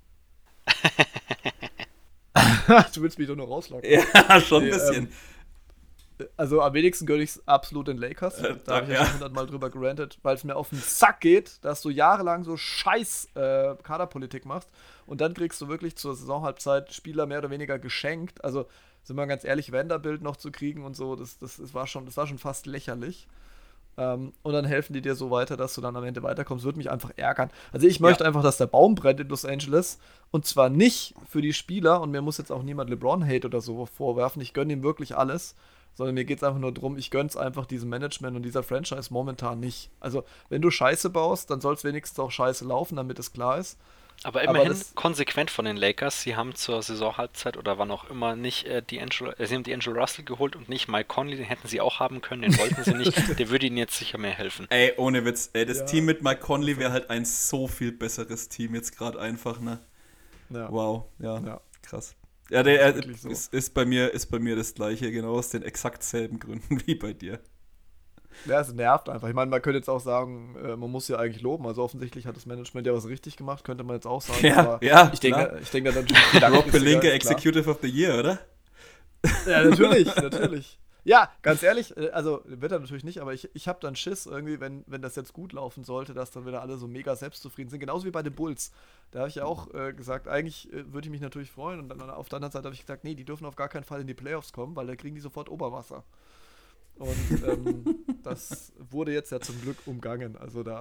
A: Du willst mich doch nur rauslocken.
B: Ja, schon ein bisschen.
A: Ähm, also am wenigsten gönne ich es absolut den Lakers. Äh, da habe ich ja schon hundertmal drüber gerantet, weil es mir auf den Sack geht, dass du jahrelang so scheiß äh, Kaderpolitik machst und dann kriegst du wirklich zur Saisonhalbzeit Spieler mehr oder weniger geschenkt. Also sind wir ganz ehrlich, Vanderbilt noch zu kriegen und so, das, das, das, war, schon, das war schon fast lächerlich. Um, und dann helfen die dir so weiter, dass du dann am Ende weiterkommst. Würde mich einfach ärgern. Also ich möchte ja. einfach, dass der Baum brennt in Los Angeles. Und zwar nicht für die Spieler. Und mir muss jetzt auch niemand LeBron-Hate oder so vorwerfen. Ich gönne ihm wirklich alles. Sondern mir geht es einfach nur darum, ich gönne es einfach diesem Management und dieser Franchise momentan nicht. Also wenn du Scheiße baust, dann soll es wenigstens auch Scheiße laufen, damit es klar ist.
C: Aber immerhin Aber konsequent von den Lakers. Sie haben zur Saisonhalbzeit oder wann auch immer nicht äh, D'Angelo, äh, sie haben D'Angelo Russell geholt und nicht Mike Conley, den hätten sie auch haben können, den wollten sie nicht. Der würde ihnen jetzt sicher mehr helfen.
B: Ey, ohne Witz, ey, das ja. Team mit Mike Conley wäre halt ein so viel besseres Team jetzt gerade einfach, ne? Ja. Wow, ja, ja, krass. Ja, der ist, so. ist, ist, bei mir, ist bei mir das gleiche, genau aus den exakt selben Gründen wie bei dir.
A: Ja, es nervt einfach. Ich meine, man könnte jetzt auch sagen, äh, man muss ja eigentlich loben. Also offensichtlich hat das Management ja was richtig gemacht, könnte man jetzt auch sagen.
B: Ja,
A: aber
B: ja,
A: ich denke, ich denke dann
B: Rob Pelinka, Executive of the Year, oder?
A: Ja, natürlich, natürlich. Ja, ganz ehrlich, also wird er natürlich nicht, aber ich, ich habe dann Schiss irgendwie, wenn, wenn das jetzt gut laufen sollte, dass dann wieder alle so mega selbstzufrieden sind. Genauso wie bei den Bulls. Da habe ich ja auch äh, gesagt, eigentlich äh, würde ich mich natürlich freuen. Und dann auf der anderen Seite habe ich gesagt, nee, die dürfen auf gar keinen Fall in die Playoffs kommen, weil da kriegen die sofort Oberwasser. Und ähm, das wurde jetzt ja zum Glück umgangen. Also da.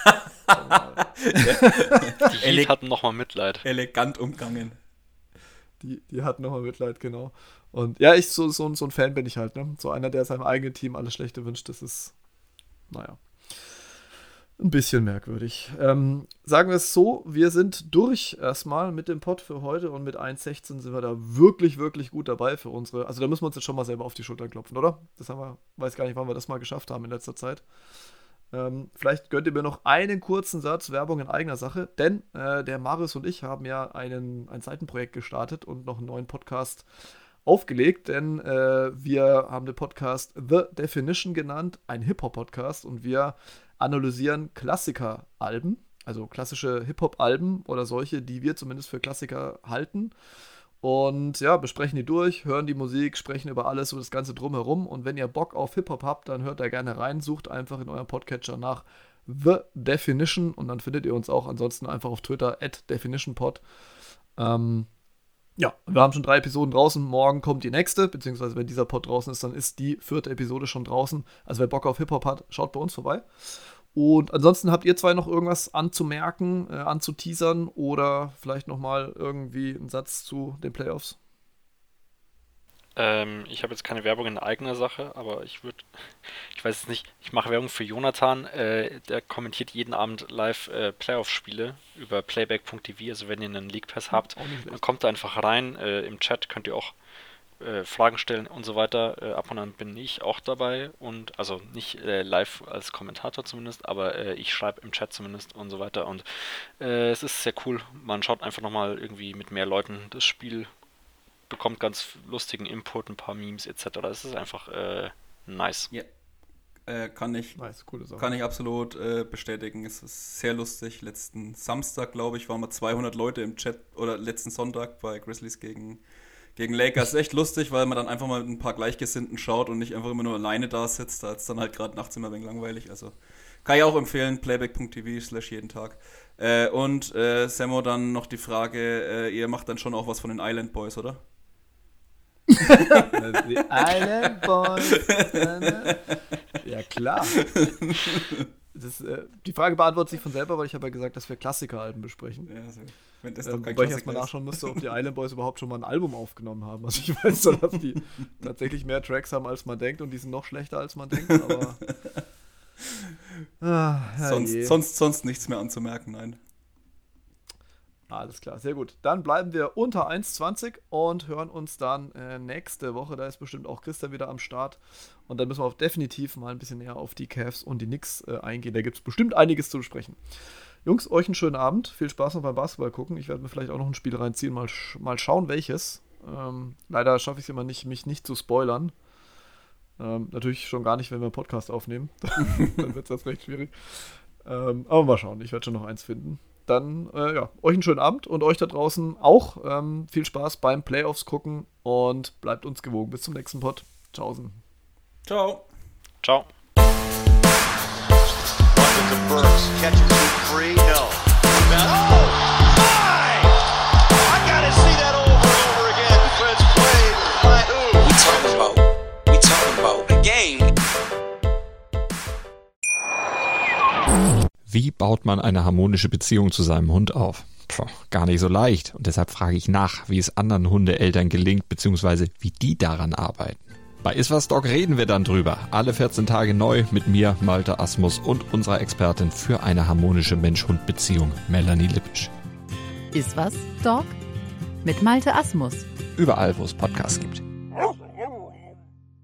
C: Die Heat hatten nochmal Mitleid.
B: Elegant umgangen.
A: Die, die hatten nochmal Mitleid, genau. Und ja, ich so, so, so ein Fan bin ich halt, ne? So einer, der seinem eigenen Team alles Schlechte wünscht, das ist, naja, ein bisschen merkwürdig. Ähm, sagen wir es so, wir sind durch erstmal mit dem Pod für heute und mit eins sechzehn sind wir da wirklich, wirklich gut dabei für unsere, also da müssen wir uns jetzt schon mal selber auf die Schultern klopfen, oder? Das haben wir, weiß gar nicht, wann wir das mal geschafft haben in letzter Zeit. Ähm, vielleicht gönnt ihr mir noch einen kurzen Satz Werbung in eigener Sache, denn äh, der Marius und ich haben ja einen, ein Seitenprojekt gestartet und noch einen neuen Podcast aufgelegt, denn äh, wir haben den Podcast The Definition genannt, ein Hip-Hop-Podcast und wir analysieren Klassiker-Alben, also klassische Hip-Hop-Alben oder solche, die wir zumindest für Klassiker halten. Und ja, besprechen die durch, hören die Musik, sprechen über alles, über das Ganze drumherum. Und wenn ihr Bock auf Hip-Hop habt, dann hört da gerne rein, sucht einfach in eurem Podcatcher nach The Definition und dann findet ihr uns auch ansonsten einfach auf Twitter at definitionpod. Ähm, ja, wir haben schon drei Episoden draußen, morgen kommt die nächste, beziehungsweise wenn dieser Pod draußen ist, dann ist die vierte Episode schon draußen. Also wer Bock auf Hip-Hop hat, schaut bei uns vorbei. Und ansonsten habt ihr zwei noch irgendwas anzumerken, äh, anzuteasern oder vielleicht nochmal irgendwie einen Satz zu den Playoffs?
C: Ähm, ich habe jetzt keine Werbung in eigener Sache, aber ich würde, ich weiß es nicht, ich mache Werbung für Jonathan, äh, der kommentiert jeden Abend live äh, Playoff-Spiele über playback punkt t v, also wenn ihr einen League Pass habt, dann kommt da einfach rein, äh, im Chat könnt ihr auch äh, Fragen stellen und so weiter, äh, ab und an bin ich auch dabei und, also nicht äh, live als Kommentator zumindest, aber äh, ich schreibe im Chat zumindest und so weiter und äh, es ist sehr cool, man schaut einfach nochmal irgendwie mit mehr Leuten das Spiel, bekommt ganz lustigen Input, ein paar Memes et cetera. Das ist einfach äh, nice.
B: Ja, äh, kann ich,
A: nice, coole Sache.
B: Kann ich absolut äh, bestätigen. Es ist sehr lustig. Letzten Samstag, glaube ich, waren wir zweihundert Leute im Chat oder letzten Sonntag bei Grizzlies gegen, gegen Lakers. Echt lustig, weil man dann einfach mal mit ein paar Gleichgesinnten schaut und nicht einfach immer nur alleine da sitzt. Da ist dann halt gerade nachts immer ein wenig langweilig. Also kann ich auch empfehlen, playback punkt t v slash jeden Tag. Äh, und äh, Sammo, dann noch die Frage, äh, ihr macht dann schon auch was von den Island Boys, oder?
A: Die Island Boys. Ja, klar. Das, äh, die Frage beantwortet sich von selber, weil ich habe ja gesagt, dass wir Klassikeralben besprechen. Ja, also, wenn das ähm, doch kein wobei ich erstmal nachschauen müsste, ob die Island Boys überhaupt schon mal ein Album aufgenommen haben. Also ich weiß so, dass die tatsächlich mehr Tracks haben, als man denkt und die sind noch schlechter, als man denkt, aber
B: ah, ja sonst, sonst, sonst nichts mehr anzumerken, nein.
A: Alles klar, sehr gut. Dann bleiben wir unter eins zwanzig und hören uns dann äh, nächste Woche. Da ist bestimmt auch Christian wieder am Start. Und dann müssen wir auch definitiv mal ein bisschen näher auf die Cavs und die Knicks äh, eingehen. Da gibt es bestimmt einiges zu besprechen. Jungs, euch einen schönen Abend. Viel Spaß noch beim Basketball gucken. Ich werde mir vielleicht auch noch ein Spiel reinziehen. Mal, sch- mal schauen, welches. Ähm, leider schaffe ich es immer nicht, mich nicht zu spoilern. Ähm, natürlich schon gar nicht, wenn wir einen Podcast aufnehmen. Dann wird es das recht schwierig. Ähm, aber mal schauen. Ich werde schon noch eins finden. Dann, äh, ja, euch einen schönen Abend und euch da draußen auch. Ähm, viel Spaß beim Playoffs gucken und bleibt uns gewogen. Bis zum nächsten Pod. Tschaußen.
B: Ciao.
C: Ciao.
D: Burks catches it free. No. Oh, my! I gotta see that over and over again. Defense played by who? We talking about? We talking about the game.
E: Wie baut man eine harmonische Beziehung zu seinem Hund auf? Puh, gar nicht so leicht. Und deshalb frage ich nach, wie es anderen Hundeeltern gelingt, beziehungsweise wie die daran arbeiten. Bei Iswas Dog reden wir dann drüber. Alle vierzehn Tage neu mit mir, Malte Asmus und unserer Expertin für eine harmonische Mensch-Hund-Beziehung, Melanie Lippisch.
F: Iswas Dog mit Malte Asmus.
E: Überall, wo es Podcasts gibt.